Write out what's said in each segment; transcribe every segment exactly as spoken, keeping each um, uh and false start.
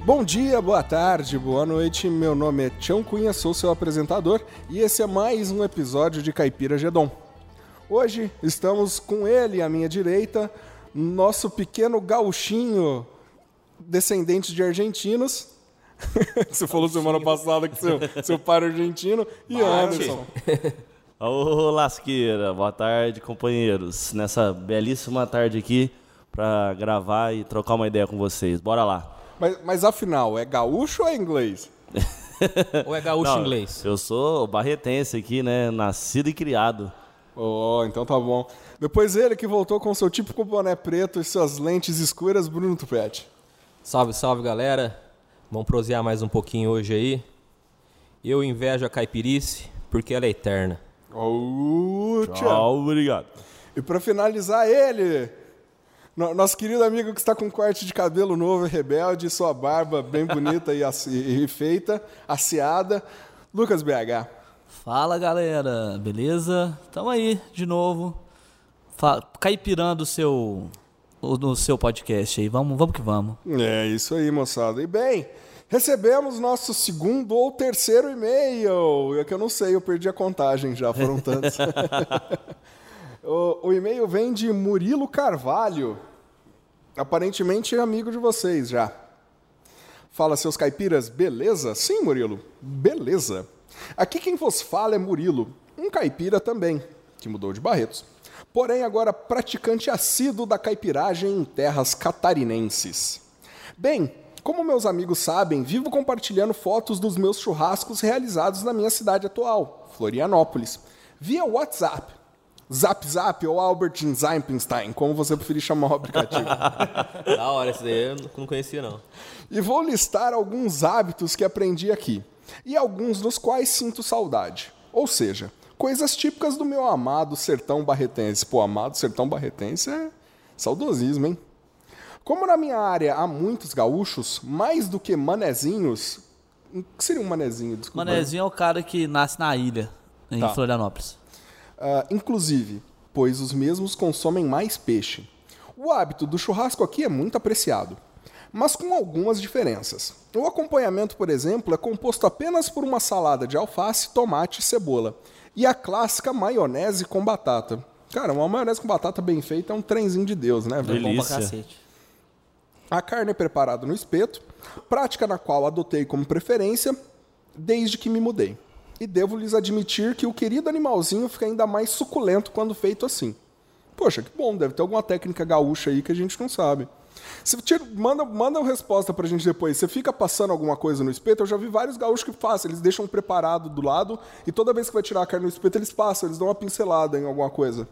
Bom dia, boa tarde, boa noite, meu nome é Tião Cunha, sou seu apresentador e esse é mais um episódio de Caipira Gedon. Hoje estamos com ele à minha direita, nosso pequeno gauchinho, descendente de argentinos. Você falou semana passada que seu, seu pai era argentino, e Anderson. Ô, lasqueira, boa tarde, companheiros. Nessa belíssima tarde aqui para gravar e trocar uma ideia com vocês. Bora lá. Mas, mas afinal, é gaúcho ou é inglês? Ou é gaúcho Não, inglês? Eu sou barretense aqui, né? Nascido e criado. Oh, então tá bom. Depois ele que voltou com seu típico boné preto e suas lentes escuras, Bruno Tupete. Salve, salve, galera. Vamos prosear mais um pouquinho hoje aí. Eu invejo a caipirice porque ela é eterna. Oh, Tchau, obrigado. E pra finalizar ele, no, nosso querido amigo que está com um corte de cabelo novo e rebelde, sua barba bem bonita e, e, e feita, asseada, Lucas B H. Fala, galera, beleza? Tamo aí de novo, fa- caipirando o seu, o, no seu podcast aí, vamos, vamos que vamos. É isso aí, moçada. E bem, recebemos nosso segundo ou terceiro e-mail. É que eu não sei, eu perdi a contagem já, foram tantos. o, o e-mail vem de Murilo Carvalho, aparentemente é amigo de vocês já. Fala, seus caipiras, beleza? Sim, Murilo, beleza. Aqui quem vos fala é Murilo, um caipira também, que mudou de Barretos. Porém, agora praticante assíduo da caipiragem em terras catarinenses. Bem, como meus amigos sabem, vivo compartilhando fotos dos meus churrascos realizados na minha cidade atual, Florianópolis, via WhatsApp, Zap Zap ou Albert Einstein, como você preferir chamar o aplicativo. Da hora, esse daí eu não conhecia, não. E vou listar alguns hábitos que aprendi aqui, e alguns dos quais sinto saudade. Ou seja, coisas típicas do meu amado sertão barretense. Pô, amado sertão barretense é saudosismo, hein? Como na minha área há muitos gaúchos, mais do que manezinhos... O que seria um manezinho? Desculpa. Manezinho é o cara que nasce na ilha, em Tá. Florianópolis. Uh, inclusive, pois os mesmos consomem mais peixe. O hábito do churrasco aqui é muito apreciado, mas com algumas diferenças. O acompanhamento, por exemplo, é composto apenas por uma salada de alface, tomate e cebola, e a clássica maionese com batata. Cara, uma maionese com batata bem feita é um trenzinho de Deus, né, velho? Bom pra Delícia. cacete. A carne é preparada no espeto, prática na qual adotei como preferência desde que me mudei. E devo lhes admitir que o querido animalzinho fica ainda mais suculento quando feito assim. Poxa, que bom, deve ter alguma técnica gaúcha aí que a gente não sabe. Você tira, manda, manda uma resposta pra gente depois. Você fica passando alguma coisa no espeto? Eu já vi vários gaúchos que fazem. Eles deixam preparado do lado e toda vez que vai tirar a carne do espeto, eles passam, eles dão uma pincelada em alguma coisa.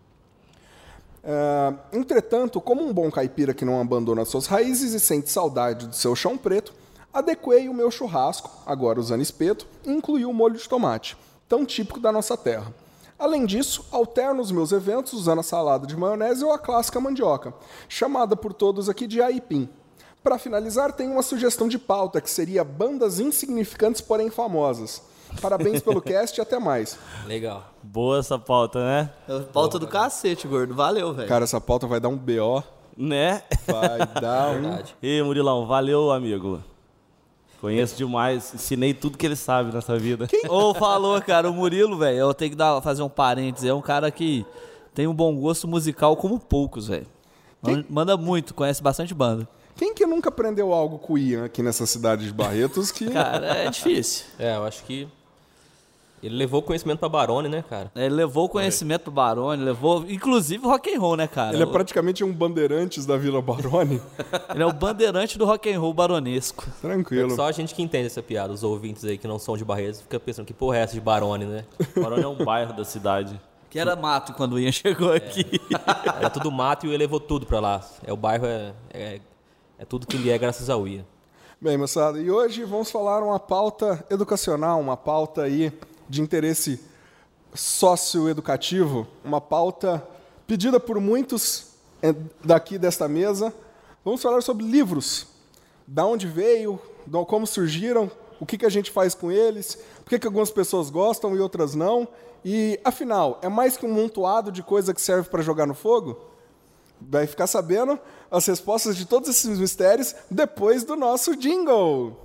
Uh, entretanto, como um bom caipira que não abandona suas raízes e sente saudade do seu chão preto, adequei o meu churrasco, agora usando espeto, e incluí o molho de tomate, tão típico da nossa terra. Além disso, alterno os meus eventos usando a salada de maionese ou a clássica mandioca, chamada por todos aqui de aipim. Para finalizar, tenho uma sugestão de pauta, que seria bandas insignificantes, porém famosas. Parabéns pelo cast e até mais. Legal. Boa essa pauta, né? Pauta do cacete, gordo. Valeu, velho. Cara, essa pauta vai dar um B O. Né? Vai dar um... Verdade. E Murilão, valeu, amigo. Conheço demais, ensinei tudo que ele sabe nessa vida. Ô, falou, cara, o Murilo, velho, eu tenho que dar, fazer um parênteses, é um cara que tem um bom gosto musical como poucos, velho. Quem- Manda muito, conhece bastante banda. Quem que nunca aprendeu algo com o Ian aqui nessa cidade de Barretos que... Cara, é difícil. É, eu acho que ele levou conhecimento pra Barone, né, cara? Ele levou o conhecimento pro Barone, levou, inclusive, rock and roll, né, cara? Ele é praticamente um bandeirantes da Vila Barone. Ele é o bandeirante do rock and roll baronesco. Tranquilo. Só a gente que entende essa piada. Os ouvintes aí que não são de Barretos ficam pensando que porra é essa de Barone, né? Barone é um bairro da cidade. Que era mato quando o Ian chegou aqui. Era tudo mato e ele levou tudo pra lá. É, o bairro é, é, é tudo que ele é graças ao Ian. Bem, moçada, e hoje vamos falar uma pauta educacional, uma pauta aí de interesse socioeducativo, uma pauta pedida por muitos eh, daqui desta mesa. Vamos falar sobre livros. Da onde veio, da- como surgiram, o que, que a gente faz com eles, por que, que algumas pessoas gostam e outras não. E, afinal, é mais que um montoado de coisa que serve para jogar no fogo? vai ficar sabendo as respostas de todos esses mistérios depois do nosso jingle.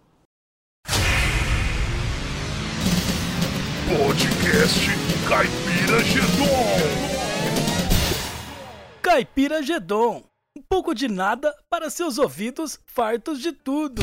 Podcast Caipira Gedon. Caipira Gedon. Um pouco de nada para seus ouvidos fartos de tudo.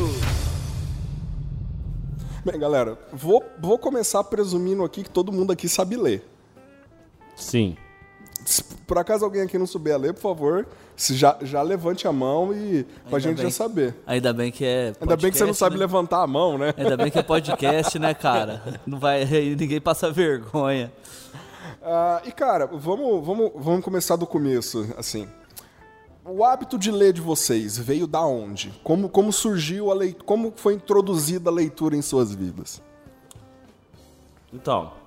Bem, galera, vou, vou começar presumindo aqui que todo mundo aqui sabe ler. Sim. Se por acaso alguém aqui não souber ler, por favor, se já, já levante a mão e pra Ainda gente bem. já saber. Ainda bem que é podcast, Ainda bem que você não sabe né? levantar a mão, né? Ainda bem que é podcast, né, cara? Não vai ninguém passa vergonha. Ah, e, cara, vamos, vamos, vamos começar do começo, assim. O hábito de ler de vocês veio da onde? Como, como surgiu a leitura? Como foi introduzida a leitura em suas vidas? Então,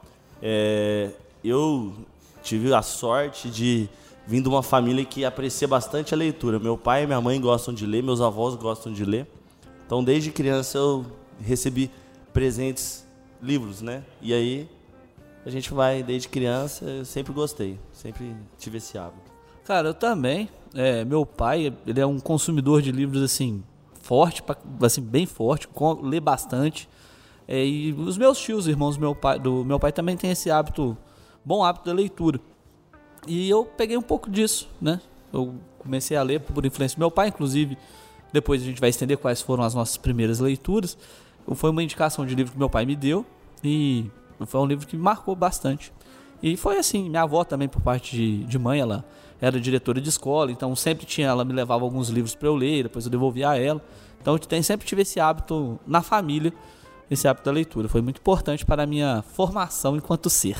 é, eu tive a sorte de vir de uma família que aprecia bastante a leitura. Meu pai e minha mãe gostam de ler, meus avós gostam de ler. Então, desde criança eu recebi presentes, livros, né? E aí, a gente vai, desde criança, eu sempre gostei, sempre tive esse hábito. Cara, eu também. É, meu pai, ele é um consumidor de livros, assim, forte, assim, bem forte, com, lê bastante. É, e os meus tios, irmãos do meu pai, do meu pai também tem esse hábito, bom hábito da leitura. E eu peguei um pouco disso, né? Eu comecei a ler por influência do meu pai, inclusive, depois a gente vai entender quais foram as nossas primeiras leituras. Foi uma indicação de livro que meu pai me deu e foi um livro que me marcou bastante. E foi assim, minha avó também, por parte de, de mãe, ela era diretora de escola, então sempre tinha, ela me levava alguns livros para eu ler, depois eu devolvia a ela. Então eu tem, sempre tive esse hábito na família, esse hábito da leitura. Foi muito importante para a minha formação enquanto ser.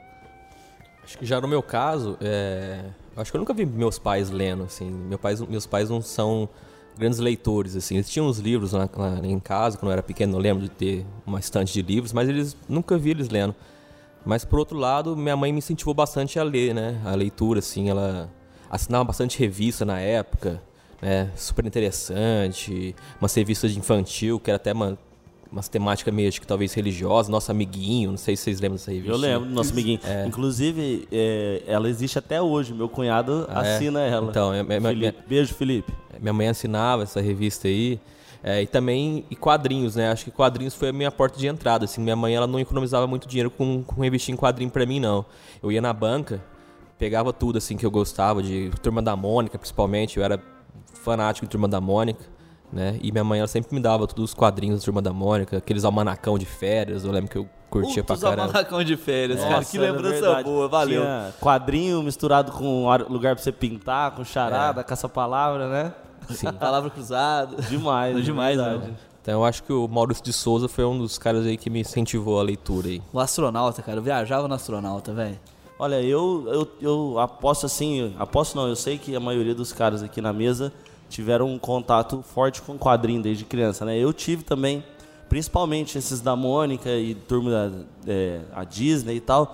Acho que já no meu caso, é... acho que eu nunca vi meus pais lendo, assim. Meu pai, meus pais não são grandes leitores, assim. Eles tinham uns livros lá, lá em casa, quando eu era pequeno, eu lembro de ter uma estante de livros, mas eles nunca vi eles lendo. Mas, por outro lado, minha mãe me incentivou bastante a ler, né? A leitura, assim, ela assinava bastante revista na época, né? Super interessante, umas revistas de infantil, que era até uma, umas temáticas meio, acho que talvez religiosa, Nosso Amiguinho, não sei se vocês lembram dessa revista. Eu lembro do nosso amiguinho. É. Inclusive, é, ela existe até hoje, meu cunhado Ah, é? assina ela. Então, é- é- Felipe. Beijo, Felipe. Minha mãe assinava essa revista aí. É, e também e quadrinhos, né? Acho que quadrinhos foi a minha porta de entrada. Assim, minha mãe ela não economizava muito dinheiro com, com revistinha em quadrinho pra mim, não. Eu ia na banca, pegava tudo assim que eu gostava, de Turma da Mônica, principalmente. Eu era fanático de Turma da Mônica, né? E minha mãe ela sempre me dava todos os quadrinhos da Turma da Mônica, aqueles almanacão de férias. Eu lembro que eu curtia pra Putos caramba. almanacão de férias, cara. Nossa, Que era lembrança verdade. boa, valeu. Tinha quadrinho misturado com hora- lugar pra você pintar, com charada, caça-palavra, né? Sim. Palavra cruzada. Demais, Não demais, verdade. não. Então eu acho que o Maurício de Souza foi um dos caras aí que me incentivou a leitura aí. O astronauta, cara. Eu viajava no astronauta, velho. Olha, eu, eu, eu aposto assim, aposto não, eu sei que a maioria dos caras aqui na mesa tiveram um contato forte com quadrinho desde criança, né? Eu tive também, principalmente esses da Mônica e turma da é, a Disney e tal,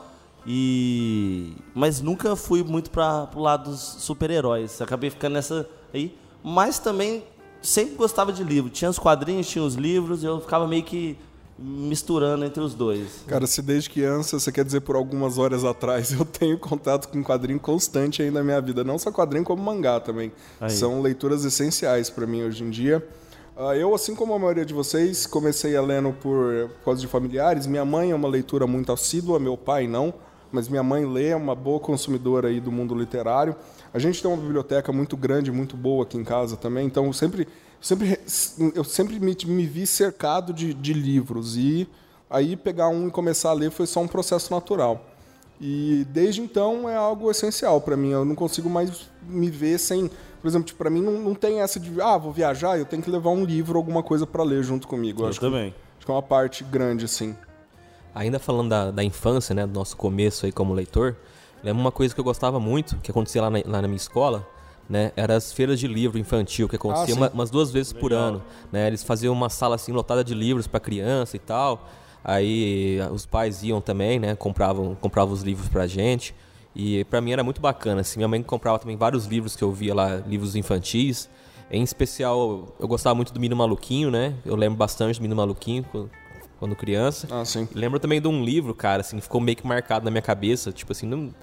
e mas nunca fui muito para pro lado dos super-heróis, acabei ficando nessa aí, mas também sempre gostava de livro, tinha os quadrinhos, tinha os livros, eu ficava meio que misturando entre os dois. Cara, se desde criança, você quer dizer por algumas horas atrás, eu tenho contato com quadrinho constante aí na minha vida. Não só quadrinho, como mangá também. Aí. São leituras essenciais para mim hoje em dia. Uh, eu, assim como a maioria de vocês, comecei a lendo por causa de familiares. Minha mãe é uma leitura muito assídua, meu pai não. Mas minha mãe lê, é uma boa consumidora aí do mundo literário. A gente tem uma biblioteca muito grande, muito boa aqui em casa também. Então, eu sempre... Sempre, eu sempre me, me vi cercado de, de livros e aí pegar um e começar a ler foi só um processo natural. E desde então é algo essencial para mim. Eu não consigo mais me ver sem... Por exemplo, tipo, para mim não, não tem essa de... Ah, vou viajar, eu tenho que levar um livro, alguma coisa para ler junto comigo. Eu acho também. Que, acho que é uma parte grande, assim. Ainda falando da, da infância, né, do nosso começo aí como leitor, lembro uma coisa que eu gostava muito, que acontecia lá na, lá na minha escola, né, eram as feiras de livro infantil, que acontecia Ah, uma, umas duas vezes por Legal. ano, né, eles faziam uma sala assim lotada de livros para criança e tal, aí os pais iam também, né, compravam, compravam os livros pra gente, e pra mim era muito bacana, assim, minha mãe comprava também vários livros que eu via lá, livros infantis, em especial eu gostava muito do Menino Maluquinho, né, eu lembro bastante do Menino Maluquinho quando, quando criança. Ah, sim. Lembro também de um livro, cara, assim, que ficou meio que marcado na minha cabeça, tipo assim, não...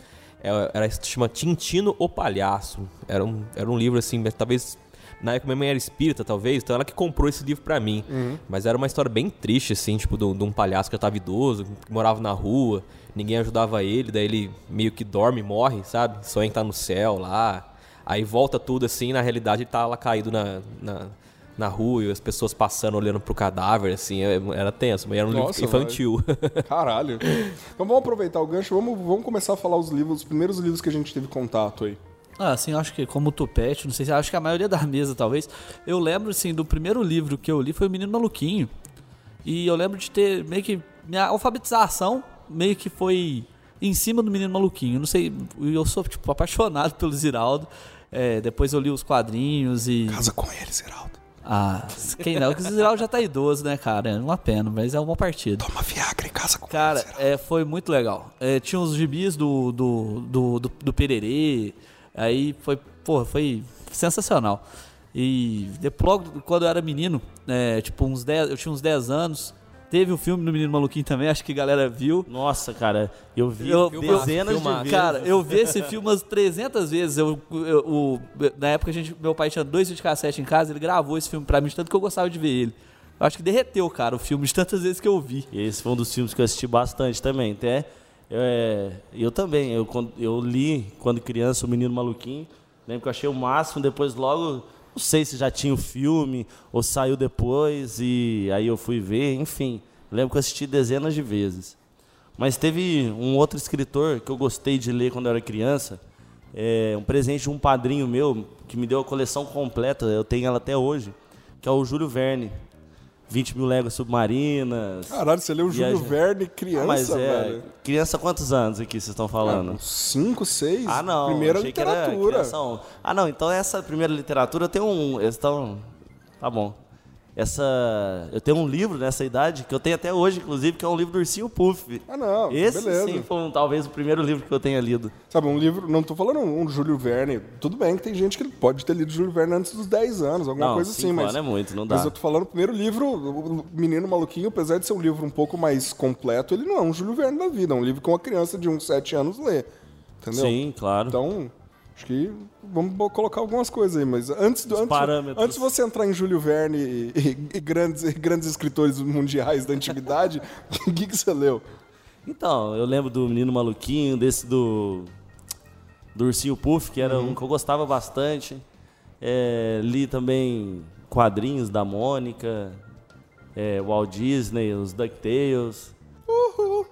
Era, era chama Tintino o Palhaço. Era um, era um livro assim, talvez na época minha mãe era espírita, talvez, então ela que comprou esse livro pra mim. Uhum. Mas era uma história bem triste, assim, tipo, de, de um palhaço que já tava idoso, que morava na rua, ninguém ajudava ele, daí ele meio que dorme e morre, sabe? Sonha que tá no céu lá. Aí volta tudo assim, na realidade ele tá lá caído na, na, na rua e as pessoas passando, olhando pro cadáver, assim, era tenso, mas era um Nossa, livro infantil. Caralho. Então vamos aproveitar o gancho, vamos, vamos começar a falar os livros, os primeiros livros que a gente teve contato aí. Ah, assim, eu acho que como o Tupete, não sei se acho que a maioria da mesa, talvez. Eu lembro, assim, do primeiro livro que eu li foi O Menino Maluquinho. E eu lembro de ter meio que... Minha alfabetização meio que foi em cima do Menino Maluquinho. Não sei, eu sou, tipo, apaixonado pelo Ziraldo. É, depois eu li os quadrinhos e... Casa com ele, Ziraldo. Ah, quem não? Porque o Ziraldo já tá idoso, né, cara? É uma pena, mas é uma partida. Toma Viagra em casa com cara, ele, Cara, é, foi muito legal. É, tinha os gibis do, do, do, do, do Pererê... Aí foi, porra, foi sensacional. E depois, logo quando eu era menino, é, tipo, uns dez, eu tinha uns dez anos, teve o filme do Menino Maluquinho também, acho que a galera viu. Nossa, cara, eu vi eu, dezenas eu, de vezes. Cara, eu vi esse filme umas trezentas vezes. Eu, eu, eu, na época, a gente, meu pai tinha dois videocassetes em casa, ele gravou esse filme pra mim, de tanto que eu gostava de ver ele. Eu acho que derreteu, cara, o filme, de tantas vezes que eu vi. Esse foi um dos filmes que eu assisti bastante também, até... É, eu também, eu, eu li quando criança O Menino Maluquinho, lembro que eu achei o máximo, depois logo, não sei se já tinha o filme ou saiu depois e aí eu fui ver, enfim, lembro que eu assisti dezenas de vezes. Mas teve um outro escritor que eu gostei de ler quando eu era criança, é, um presente de um padrinho meu que me deu a coleção completa, eu tenho ela até hoje, que é o Júlio Verne. vinte mil léguas submarinas. Caralho, você leu o Júlio Verne criança, ah, mas é, velho. Criança quantos anos aqui vocês estão falando? Ah, cinco, seis? Ah, não. Primeira literatura. Ah, não. Então essa primeira literatura tem um... Eles estão... Tá bom. Essa... Eu tenho um livro nessa idade, que eu tenho até hoje, inclusive, que é um livro do Ursinho Puff. Ah, não. Esse, beleza. sim, foi um, talvez o primeiro livro que eu tenha lido. Sabe, um livro... Não tô falando um Júlio Verne. Tudo bem que tem gente que pode ter lido Júlio Verne antes dos dez anos, alguma não, coisa assim, mas... Não, é muito, não dá. Mas eu tô falando o primeiro livro, o Menino Maluquinho, apesar de ser um livro um pouco mais completo, ele não é um Júlio Verne da vida. É um livro que uma criança de uns sete anos lê. Entendeu? Sim, claro. Então... Acho que vamos colocar algumas coisas aí, mas antes, do, antes, antes de você entrar em Júlio Verne e, e, e, grandes, e grandes escritores mundiais da antiguidade, o que, que você leu? Então, eu lembro do Menino Maluquinho, desse do, do Ursinho Puff, que era uhum. um que eu gostava bastante. É, li também quadrinhos da Mônica, é, Walt Disney, os DuckTales. Uhul!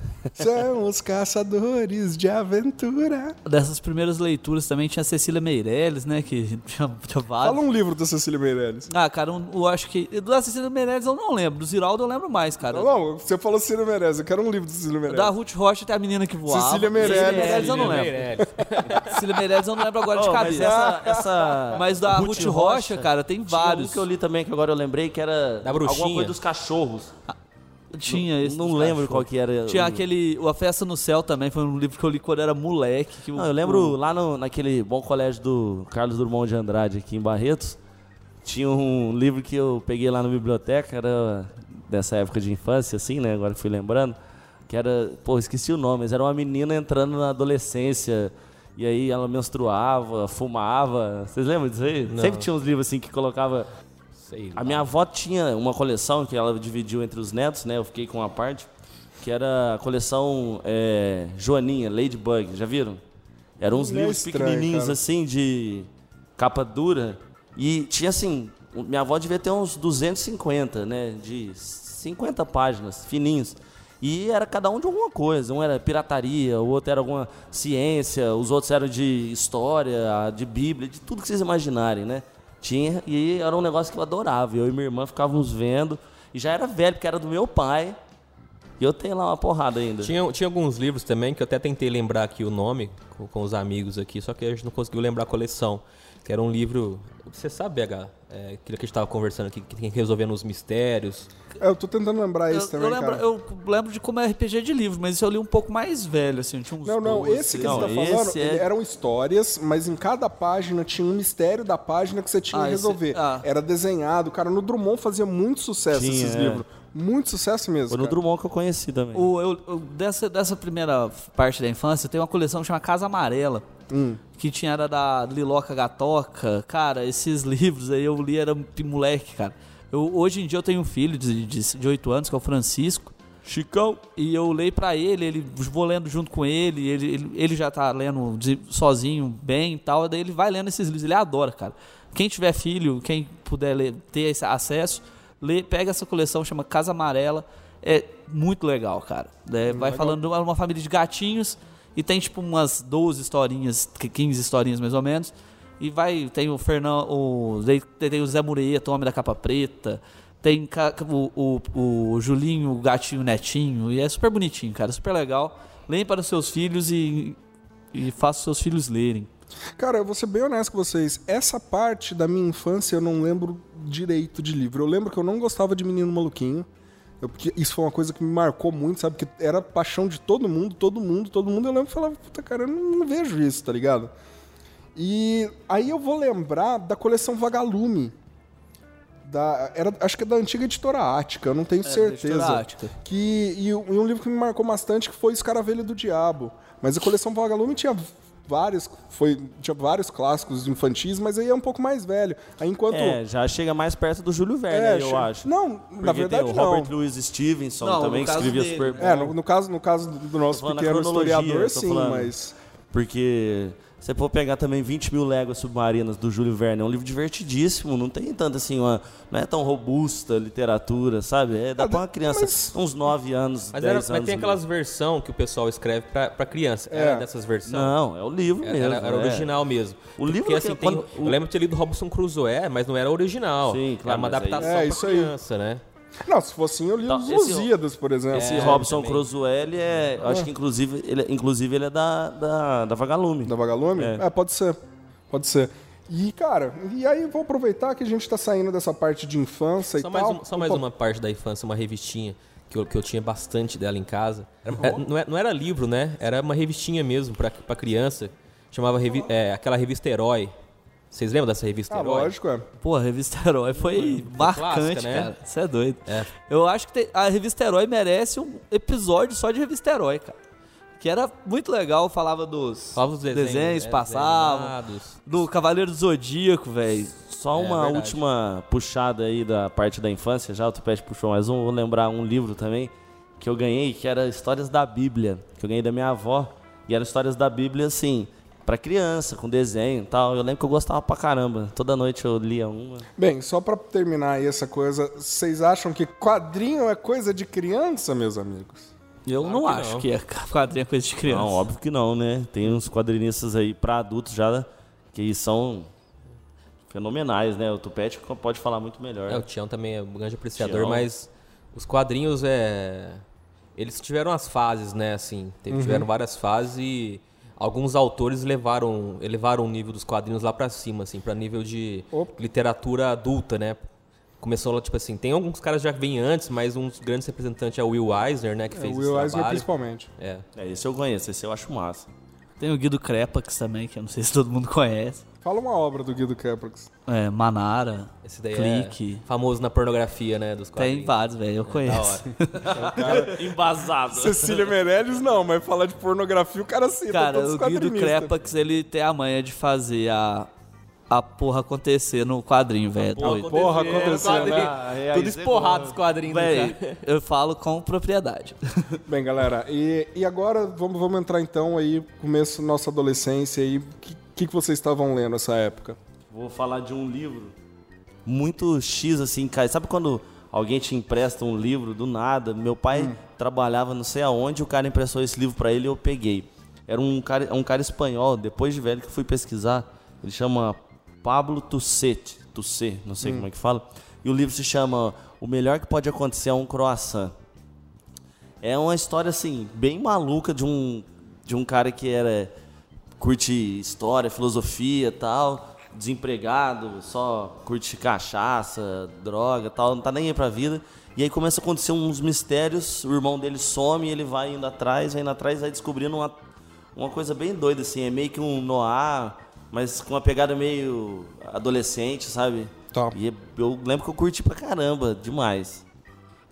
São os caçadores de aventura. Dessas primeiras leituras também tinha a Cecília Meirelles, né? Que tinha, tinha vários. Fala um livro da Cecília Meirelles. Ah, cara, um, eu acho que... Da Cecília Meirelles eu não lembro. Do Ziraldo eu lembro mais, cara. Não, não, você falou Cecília Meirelles. Eu quero um livro da Cecília Meirelles. Da Ruth Rocha tem a menina que voava. Cecília Meirelles. Cecília Meirelles eu não lembro. Cecília Meirelles eu não lembro agora oh, de cabeça. Mas, essa, essa mas da Ruth, Ruth Rocha, Rocha, cara, tem vários. Um que eu li também, que agora eu lembrei, que era da bruxinha. Alguma coisa dos cachorros. Ah. Tinha esse. Não lembro cachorro. Qual que era. Tinha aquele. A Festa no Céu também, foi um livro que eu li quando era moleque. Que não, eu lembro o... lá no, naquele bom colégio do Carlos Drummond de Andrade, aqui em Barretos. Tinha um livro que eu peguei lá na biblioteca, era dessa época de infância, assim, né? Agora que fui lembrando. Que era. Pô, esqueci o nome, mas era uma menina entrando na adolescência. E aí ela menstruava, fumava. Vocês lembram disso aí? Não. Sempre tinha uns livros assim que colocava. Sei a minha avó tinha uma coleção que ela dividiu entre os netos, né? Eu fiquei com uma parte, que era a coleção é, Joaninha, Ladybug, já viram? Eram uns Não livros é estranho, pequenininhos, cara. assim, de capa dura. E tinha, assim, minha avó devia ter uns duzentos e cinquenta, né? De cinquenta páginas, fininhos. E era cada um de alguma coisa. Um era pirataria, o outro era alguma ciência, os outros eram de história, de Bíblia, de tudo que vocês imaginarem, né? Tinha, e era um negócio que eu adorava. Eu e minha irmã ficávamos vendo. E já era velho, porque era do meu pai. E eu tenho lá uma porrada ainda. Tinha, tinha alguns livros também, que eu até tentei lembrar aqui o nome, com, com os amigos aqui, só que a gente não conseguiu lembrar a coleção. Que era um livro... Você sabe, B H? É, aquilo que a gente estava conversando aqui, que tem que resolver nos mistérios. É, eu tô tentando lembrar esse eu, também, eu lembro, cara. Eu lembro de como é R P G de livro, mas isso eu li um pouco mais velho, assim. Tinha uns não, não, doze, esse que não, você tá falando, é... eram histórias, mas em cada página tinha um mistério da página que você tinha ah, que resolver. Esse... Ah. Era desenhado, cara, no Drummond fazia muito sucesso tinha, esses é. livros. Muito sucesso mesmo, Foi no cara. Drummond que eu conheci também. O, eu, eu- dessa, dessa primeira parte da infância, tem uma coleção que chama Casa Amarela. Hum. Que tinha era da Liloca Gatoca. Cara, esses livros aí eu li, era moleque, cara. Eu, hoje em dia eu tenho um filho de, de, de oito anos, que é o Francisco. Chicão. E eu leio pra ele, ele vou lendo junto com ele, ele, ele, ele já tá lendo de- sozinho, bem e tal. Daí ele vai lendo esses livros, ele adora, cara. Quem tiver filho, quem puder ler, ter esse acesso, lê, pega essa coleção, chama Casa Amarela. É muito legal, cara. É, vai falando de uma família de gatinhos e tem tipo umas doze historinhas, quinze historinhas mais ou menos. E vai, tem o Fernando, o, tem, tem o Zé Mureto, o Homem da Capa Preta, tem ca- o, o, o Julinho, o gatinho netinho, e é super bonitinho, cara, super legal. Leem para os seus filhos e, e faça os seus filhos lerem. Cara, eu vou ser bem honesto com vocês. Essa parte da minha infância eu não lembro direito de livro. Eu lembro que eu não gostava de Menino Maluquinho. Eu, porque isso foi uma coisa que me marcou muito, sabe? Que era paixão de todo mundo, todo mundo, todo mundo. Eu lembro e falava, puta, cara, eu não, não vejo isso, tá ligado? E aí eu vou lembrar da coleção Vagalume. Da, era, acho que é da antiga editora Ática, eu não tenho da certeza. editora Ática. Que, e, e um livro que me marcou bastante que foi Escaravelho do Diabo. Mas a coleção Vagalume tinha vários, foi, tinha vários clássicos infantis, mas aí é um pouco mais velho. Aí enquanto. É, já chega mais perto do Júlio Verne, É, aí, eu che- acho. Não, Porque na verdade tem o não. Robert Louis Stevenson Não, também, no que caso escrevia dele. super bom. É, no, no caso, no caso do nosso falando na pequeno cronologia, historiador, eu tô sim, falando. mas. Porque você pode pegar também vinte mil Léguas Submarinas do Júlio Verne, é um livro divertidíssimo, não tem tanto assim, uma, não é tão robusta literatura, sabe? É, dá Ah, pra uma criança mas- uns nove anos, Mas, dez era, anos. mas tem ali. aquelas versões que o pessoal escreve pra, pra criança. É. Era dessas versões? Não, é o livro Era, mesmo. era, era é. original mesmo. O livro Porque, que- assim, tem, quando- eu lembro de ter lido Robinson Crusoe, mas não era original. Sim, claro, Era uma mas aí- adaptação É, pra isso aí. criança, né? Não, se fosse assim, eu li Tá, os esse- Lusíadas, por exemplo. Esse É, Robson também. Crusoe, ele é. Eu acho que inclusive ele, inclusive ele é da, da, da Vagalume. Da Vagalume? É. É. pode ser. Pode ser. E, cara, e aí eu vou aproveitar que a gente tá saindo dessa parte de infância Só e mais, tal. um- só mais Opa, uma parte da infância, uma revistinha que eu, que eu tinha bastante dela em casa. Era- é, não, é- não era livro, né? Era uma revistinha mesmo pra, pra criança. Chamava revi- é, aquela revista Herói. Vocês lembram dessa revista Ah, Herói? lógico, é. Pô, a revista Herói foi marcante, clássica, né? cara. Você é doido. É. Eu acho que tem- a revista Herói merece um episódio só de revista Herói, cara. Que era muito legal, falava dos Falava dos desenhos, desenhos, né? passavam. Desenhos animados. Do Cavaleiro do Zodíaco, velho. Só É, uma verdade. última puxada aí da parte da infância, já o Tupete puxou mais um, vou lembrar um livro também que eu ganhei, que era Histórias da Bíblia, que eu ganhei da minha avó, e eram histórias da Bíblia, assim, pra criança, com desenho e tal. Eu lembro que eu gostava pra caramba, toda noite eu lia uma. Bem, só pra terminar aí essa coisa, vocês acham que quadrinho é coisa de criança, meus amigos? Eu não que acho não. que é quadrinho coisa de criança. Não, óbvio que não, né? Tem uns quadrinistas aí pra adultos já que são fenomenais, né? O Tupete pode falar muito melhor. É, o Tião também é um grande apreciador, Tião. mas os quadrinhos, é... eles tiveram as fases, né, assim, teve- tiveram várias fases e alguns autores levaram, elevaram o nível dos quadrinhos lá pra cima, assim, pra nível de Opa. literatura adulta, né. Começou lá, tipo assim, tem alguns caras que já vêm antes, mas um dos grandes representantes é o Will Eisner, né, que É, fez o esse Will Eisner trabalho. principalmente. É. É, esse eu conheço, esse eu acho massa. Tem o Guido Crepax também, que eu não sei se todo mundo conhece. Fala uma obra do Guido Caprax. É, Manara, Esse daí Clique. é famoso na pornografia, né, dos quadrinhos. Tem vários, velho, eu Da conheço. hora. Embasado. Cecília Meirelles não, mas falar de pornografia o cara cita Cara, todos os o Guido quadrinistas. Crepax, ele tem a manha de fazer a, a porra acontecer no quadrinho, velho. É doido. Porra, aconteceu, né? Ah, Tudo esporrado os quadrinhos, Véi, né? eu falo com propriedade. Bem, galera, e, e agora vamos, vamos entrar então aí, começo da nossa adolescência aí. O que, que, que vocês estavam lendo nessa época? Vou falar de um livro muito X, assim, cara. Sabe quando alguém te empresta um livro do nada? Meu pai trabalhava não sei aonde, o cara emprestou esse livro pra ele e eu peguei. Era um cara, um cara espanhol, depois de velho que eu fui pesquisar. Ele chama Pablo Tusset, Tusset, não sei como é que fala. E o livro se chama O Melhor que Pode Acontecer a um Croissant. É uma história, assim, bem maluca de um, de um cara que era curte história, filosofia e tal, desempregado, só curte cachaça, droga tal, não tá nem aí pra vida. E aí começa a acontecer uns mistérios, o irmão dele some, ele vai indo atrás, vai indo atrás, vai descobrindo uma, uma coisa bem doida, assim, é meio que um noir, mas com uma pegada meio adolescente, sabe? Tá. E eu lembro que eu curti pra caramba, demais.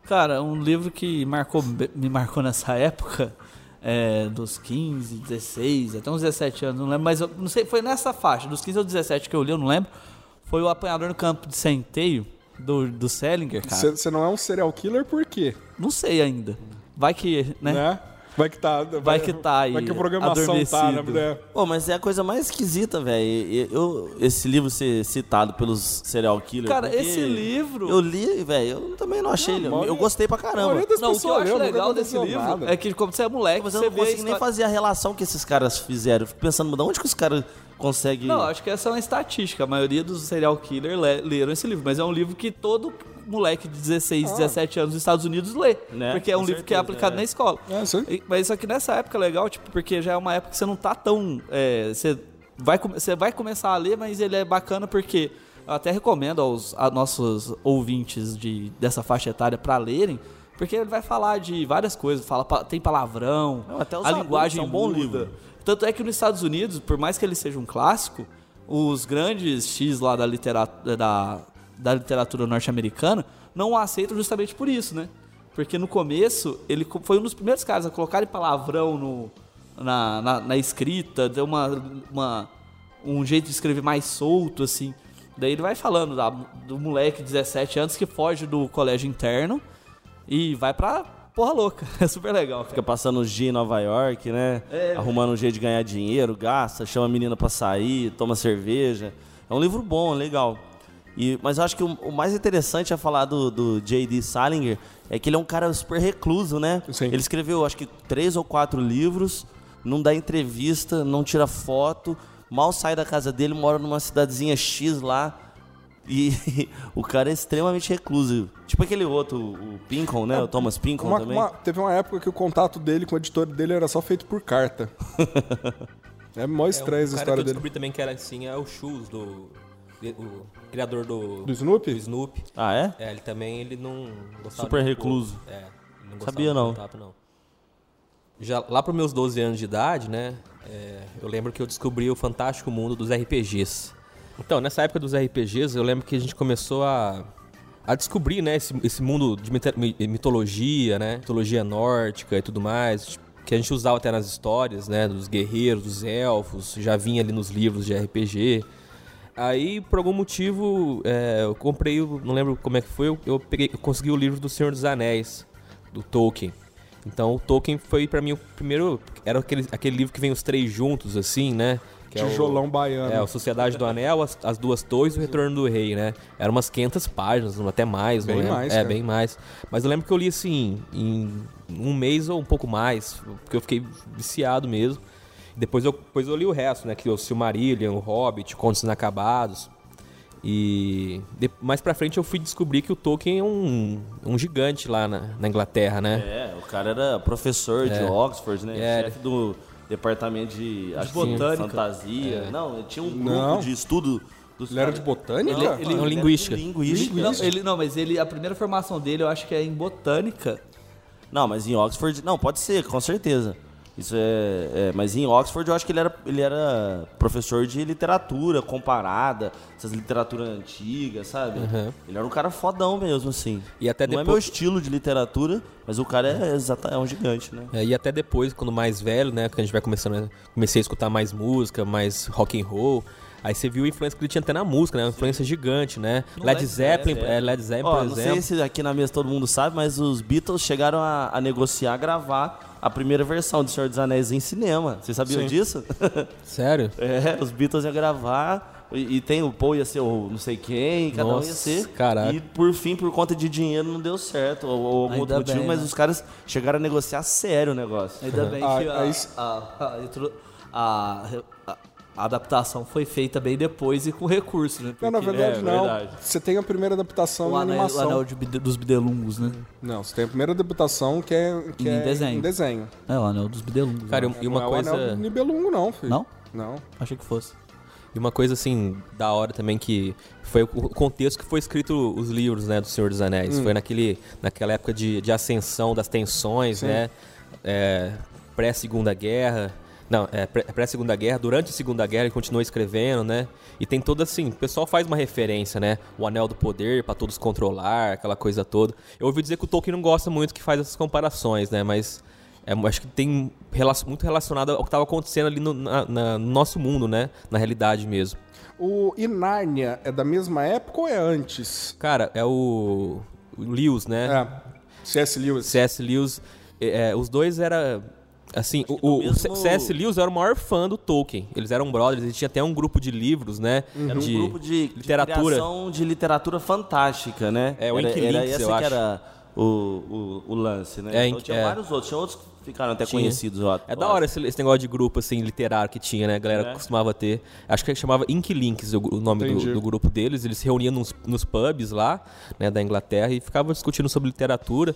Cara, um livro que marcou, me marcou nessa época, é, dos quinze, dezesseis, até uns dezessete anos, não lembro, mas eu não sei, foi nessa faixa, dos quinze aos dezessete que eu li, eu não lembro, foi O Apanhador no Campo de Centeio, do, do Salinger, cara. Você não é um serial killer por quê? Não sei ainda. Vai que, né? né? Vai que tá. Vai, vai que tá aí. Vai que a programação tá, né? Pô, mas é a coisa mais esquisita, velho. Eu, esse livro ser citado pelos serial killers. Cara, esse livro. Eu li, velho. Eu também não achei ele. Eu gostei pra caramba. Não, o que eu acho legal desse livro nada. é que, como você é moleque, mas você eu não vê consigo nem fazer a relação que esses caras fizeram. Eu fico pensando, de onde que os caras conseguem. Não, acho que essa é uma estatística. A maioria dos serial killers leram esse livro. Mas é um livro que todo moleque de dezesseis, ah. dezessete anos nos Estados Unidos lê. Né? Porque é um Com livro certeza, que é aplicado é. na escola. É, sim. Mas só que nessa época é legal, tipo, porque já é uma época que você não tá tão... É, você, vai, você vai começar a ler, mas ele é bacana porque... Eu até recomendo aos a nossos ouvintes de, dessa faixa etária pra lerem, porque ele vai falar de várias coisas. Fala, tem palavrão, não, até a linguagem é um bom livro. Tanto é que nos Estados Unidos, por mais que ele seja um clássico, os grandes X lá da literatura... Da, da literatura norte-americana, não o aceitam justamente por isso, né? Porque no começo, ele foi um dos primeiros caras a colocarem palavrão no, na, na, na escrita, deu uma, uma, um jeito de escrever mais solto, assim. Daí ele vai falando da, do moleque de dezessete anos que foge do colégio interno e vai pra porra louca. É super legal. Fica passando os dias em Nova York, né? É, arrumando um jeito de ganhar dinheiro, gasta, chama a menina pra sair, toma cerveja. É um livro bom, legal. E, mas eu acho que o, o mais interessante a falar do, do J D. Salinger é que ele é um cara super recluso, né? Sim. Ele escreveu, acho que, três ou quatro livros, não dá entrevista, não tira foto, mal sai da casa dele, mora numa cidadezinha X lá. E o cara é extremamente recluso. Tipo aquele outro, o Pinkon, né? É, o Thomas Pinkon uma, também. Uma, teve uma época que o contato dele com o editor dele era só feito por carta. É mó estranha é, essa história dele. O cara que eu descobri também que era assim, é o Shoes, do... o criador do... Do Snoopy? Do Snoopy. Ah, é? É, ele também, ele não gostava... Super recluso. Pouco. É, ele não gostava Sabia não. Contato, não. Já lá para os meus doze anos de idade, né, é, eu lembro que eu descobri o fantástico mundo dos R P Gs. Então, nessa época dos R P Gs, eu lembro que a gente começou a, a descobrir, né, esse, esse mundo de mitologia, né, mitologia nórdica e tudo mais, que a gente usava até nas histórias, né, dos guerreiros, dos elfos, já vinha ali nos livros de R P G. Aí, por algum motivo, é, eu comprei, não lembro como é que foi, eu, eu, peguei, eu consegui o livro do Senhor dos Anéis, do Tolkien. Então, o Tolkien foi pra mim o primeiro, era aquele, aquele livro que vem os três juntos, assim, né? Que Tijolão é o, baiano. É, a Sociedade do Anel, as, as Duas Torres e o Retorno do Rei, né? Eram umas quinhentas páginas, até mais, bem não lembro. mais, É, cara. bem mais. Mas eu lembro que eu li, assim, em um mês ou um pouco mais, porque eu fiquei viciado mesmo. Depois eu, depois eu li o resto, né? Que é o Silmarillion, o Hobbit, Contos Inacabados. E de, mais pra frente eu fui descobrir que o Tolkien é um, um gigante lá na, na Inglaterra, né? É, o cara era professor É. de Oxford, né? É. Chefe do departamento de, acho que botânica. fantasia. É. Não, ele tinha um grupo Não. de estudo dos Ele era caras- de botânica? Não, Ele- não, era linguística. de linguística. Não, ele, não, mas ele, a primeira formação dele eu acho que é em botânica. Não, mas em Oxford... Não, pode ser, com certeza. Isso é, é... Mas em Oxford eu acho que ele era, ele era professor de literatura comparada, essas literaturas antigas, sabe? Uhum. Ele era um cara fodão mesmo, assim. E até Não é depois- meu estilo de literatura, mas o cara é, exata, é um gigante, né? É, e até depois, quando mais velho, né, que a gente vai começando, a- comecei a escutar mais música, mais rock and roll, aí você viu a influência que ele tinha até na música, né, uma influência gigante, né? No Led Led Zeppelin, Zeppelin, é, Led Zeppelin, Ó, por não exemplo. sei se aqui na mesa todo mundo sabe, mas os Beatles chegaram a, a negociar, gravar a primeira versão de Senhor dos Anéis em cinema. Vocês sabiam Sim. disso? Sério? É, os Beatles iam gravar e, e tem o Paul ia ser o não sei quem, cada um ia Nossa, ser. caraca. E por fim, por conta de dinheiro, não deu certo, ou, ou algum Ainda outro motivo, bem, mas né? os caras chegaram a negociar sério o negócio. Ainda bem Ah, que a, aí- a- a intro- a- a- a adaptação foi feita bem depois e com recurso, né? Não, na Porque verdade é, não. verdade. Você tem a primeira adaptação o em anel, o animação. anel de bide- dos bidelungos, né? Não, você tem a primeira adaptação que é, que Em é desenho. em desenho. É, o anel dos bidelungos. Cara, né? e uma não coisa... é o anel do Nibelungo, não, filho. Não? Não. Achei que fosse. E uma coisa, assim, da hora também que foi o contexto que foi escrito os livros, né, do Senhor dos Anéis. Foi naquele, naquela época de, de ascensão das tensões, Sim. né, é, pré-Segunda Guerra. Não, é pré- pré-segunda guerra. Durante a Segunda Guerra ele continuou escrevendo, né? E tem toda assim, o pessoal faz uma referência, né? O Anel do Poder, pra todos controlar, aquela coisa toda. Eu ouvi dizer que o Tolkien não gosta muito que faz essas comparações, né? Mas é, acho que tem relacion, muito relacionado ao que estava acontecendo ali no, na, na, no nosso mundo, né? Na realidade mesmo. O e Nárnia é da mesma época ou é antes? Cara, é o, o Lewis, né? É, C S. Lewis. C S. Lewis, é, é, os dois era assim, o, o, mesmo... o C S. Lewis era o maior fã do Tolkien. Eles eram brothers, eles tinham até um grupo de livros, né? Era um de grupo de, literatura. de criação de literatura fantástica, né? É, o era, Inky era Links, esse eu que acho. era o, o, o lance, né? É, então, tinha é. vários outros, tinha outros que ficaram até Tinha. conhecidos. Ó, É da hora esse, esse negócio de grupo, assim, literário que tinha, né? A galera É. costumava ter. Acho que chamava Inky Links o, o nome Entendi. do, do grupo deles. Eles se reuniam nos, nos pubs lá, né, da Inglaterra e ficavam discutindo sobre literatura.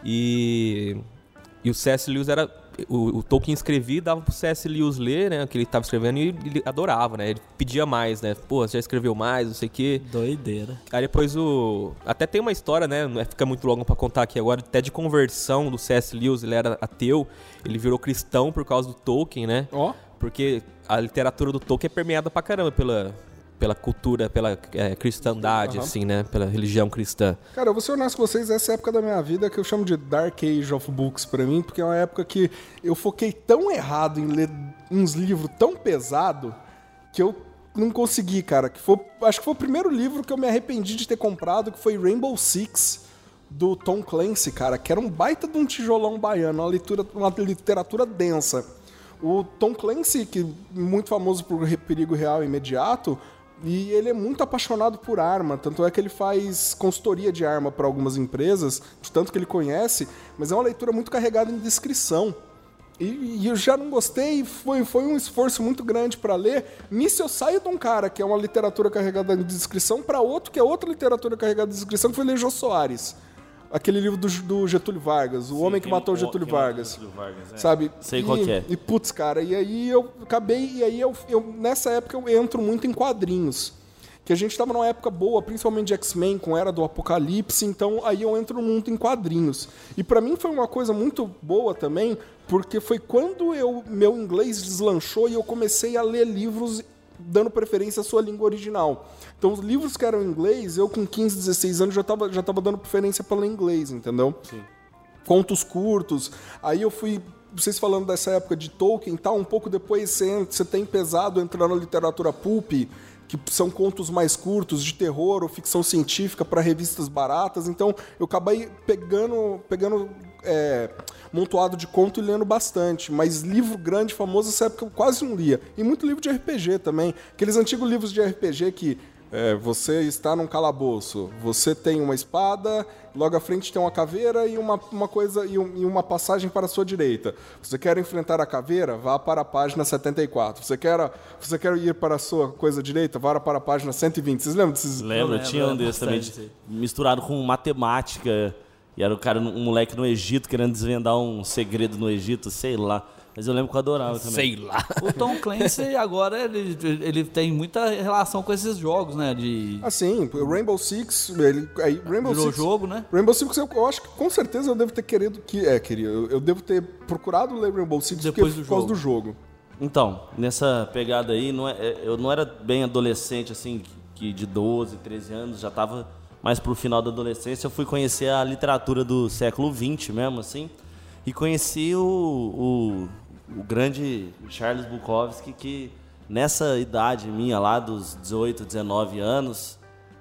E, e o C S. Lewis era... O, o Tolkien escrevia e dava pro C S. Lewis ler, né? O que ele tava escrevendo e ele adorava, né? Ele pedia mais, né? Pô, você já escreveu mais, não sei o quê. Doideira. Aí depois o... Até tem uma história, né? Não é, fica muito longo pra contar aqui agora. Até de conversão do C S. Lewis. Ele era ateu. Ele virou cristão por causa do Tolkien, né? Ó, Porque a literatura do Tolkien é permeada pra caramba pela, pela cultura, pela é, cristandade, Aham. assim, né? Pela religião cristã. cara, eu vou ser honesto com vocês, essa é a época da minha vida que eu chamo de Dark Age of Books pra mim, porque é uma época que eu foquei tão errado em ler uns livros tão pesado que eu não consegui, cara. Que foi, acho que foi o primeiro livro que eu me arrependi de ter comprado, que foi Rainbow Six, do Tom Clancy, cara, que era um baita de um tijolão baiano, uma literatura, uma literatura densa. O Tom Clancy, que é muito famoso por Perigo Real e Imediato, e ele é muito apaixonado por arma, tanto é que ele faz consultoria de arma para algumas empresas, de tanto que ele conhece, mas é uma leitura muito carregada em descrição. E, e eu já não gostei, foi, foi um esforço muito grande para ler. Nisso eu saio de um cara que é uma literatura carregada em descrição para outro que é outra literatura carregada em descrição, que foi ler Jô Soares. Aquele livro do, do Getúlio Vargas, O Homem que Quem- Matou o- Getúlio quem matou Vargas. Getúlio Vargas, é. Sabe? Sei e, qual que é. E putz, cara, e aí eu acabei, e aí eu, eu nessa época eu entro muito em quadrinhos. Que a gente tava numa época boa, principalmente de X-Men, com Era do Apocalipse, então aí eu entro muito em quadrinhos. E pra mim foi uma coisa muito boa também, porque foi quando eu meu inglês deslanchou e eu comecei a ler livros dando preferência à sua língua original. Então, os livros que eram em inglês, eu com quinze, dezesseis anos já tava, já tava dando preferência para ler inglês, entendeu? Sim. Contos curtos. Aí eu fui, vocês falando dessa época de Tolkien e tal, um pouco depois você, entra, você tem pesado entrando na literatura pulp, que são contos mais curtos, de terror ou ficção científica para revistas baratas. Então, eu acabei pegando, pegando é, montoado de conto e lendo bastante. Mas livro grande, famoso, nessa época eu quase não lia. E muito livro de R P G também. Aqueles antigos livros de R P G que é, você está num calabouço, você tem uma espada, logo à frente tem uma caveira e uma, uma coisa e, um, e uma passagem para a sua direita. Você quer enfrentar a caveira? Vá para a página setenta e quatro. Você quer, você quer ir para a sua coisa direita? Vá para a página cento e vinte. Vocês lembram desses? Lembro, lembro, tinha um lembro desses também, bastante. de- misturado com matemática. E era o cara, um moleque no Egito querendo desvendar um segredo no Egito, sei lá. Mas eu lembro que eu adorava também. Sei lá. O Tom Clancy agora ele, ele tem muita relação com esses jogos, né? De Assim, o Rainbow Six, ele, aí, Rainbow virou Six, jogo, né? Rainbow Six, eu, eu acho que com certeza eu devo ter querido que é, queria, eu, eu devo ter procurado ler Rainbow Six Depois porque, do por causa jogo. do jogo. Então, nessa pegada aí, não é- eu não era bem adolescente, assim, que de doze, treze anos, já tava mais pro final da adolescência. Eu fui conhecer a literatura do século vinte mesmo, assim, e conheci o, o, o grande Charles Bukowski, que nessa idade minha lá, dos dezoito, dezenove anos,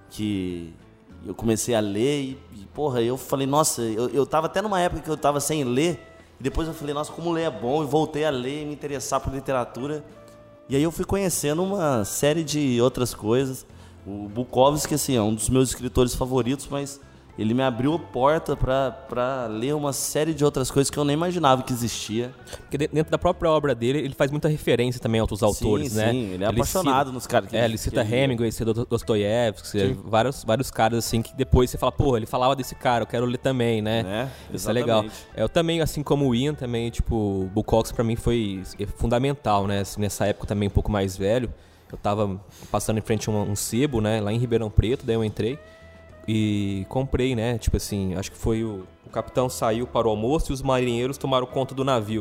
que eu comecei a ler e, e porra, eu falei, nossa, eu, eu tava até numa época que eu tava sem ler, e depois eu falei, nossa, como ler é bom, e voltei a ler e me interessar por literatura. E aí eu fui conhecendo uma série de outras coisas. O Bukowski, assim, é um dos meus escritores favoritos, mas ele me abriu a porta pra, pra ler uma série de outras coisas que eu nem imaginava que existia. Porque de- dentro da própria obra dele, ele faz muita referência também a outros autores, sim, né? Sim, ele é apaixonado cita- nos caras que É, ele cita que Hemingway, cita Do- Dostoiévski, vários, vários caras assim que depois você fala, porra, ele falava desse cara, eu quero ler também, né? Né? Isso é legal. Exatamente. Eu também, assim como o Ian, também, tipo, Bukowski pra mim foi fundamental, né? Assim, nessa época também um pouco mais velho, eu tava passando em frente a um, um sebo, né? Lá em Ribeirão Preto, daí eu entrei e comprei, né? Tipo assim, acho que foi o, o capitão saiu para o almoço e os marinheiros tomaram conta do navio.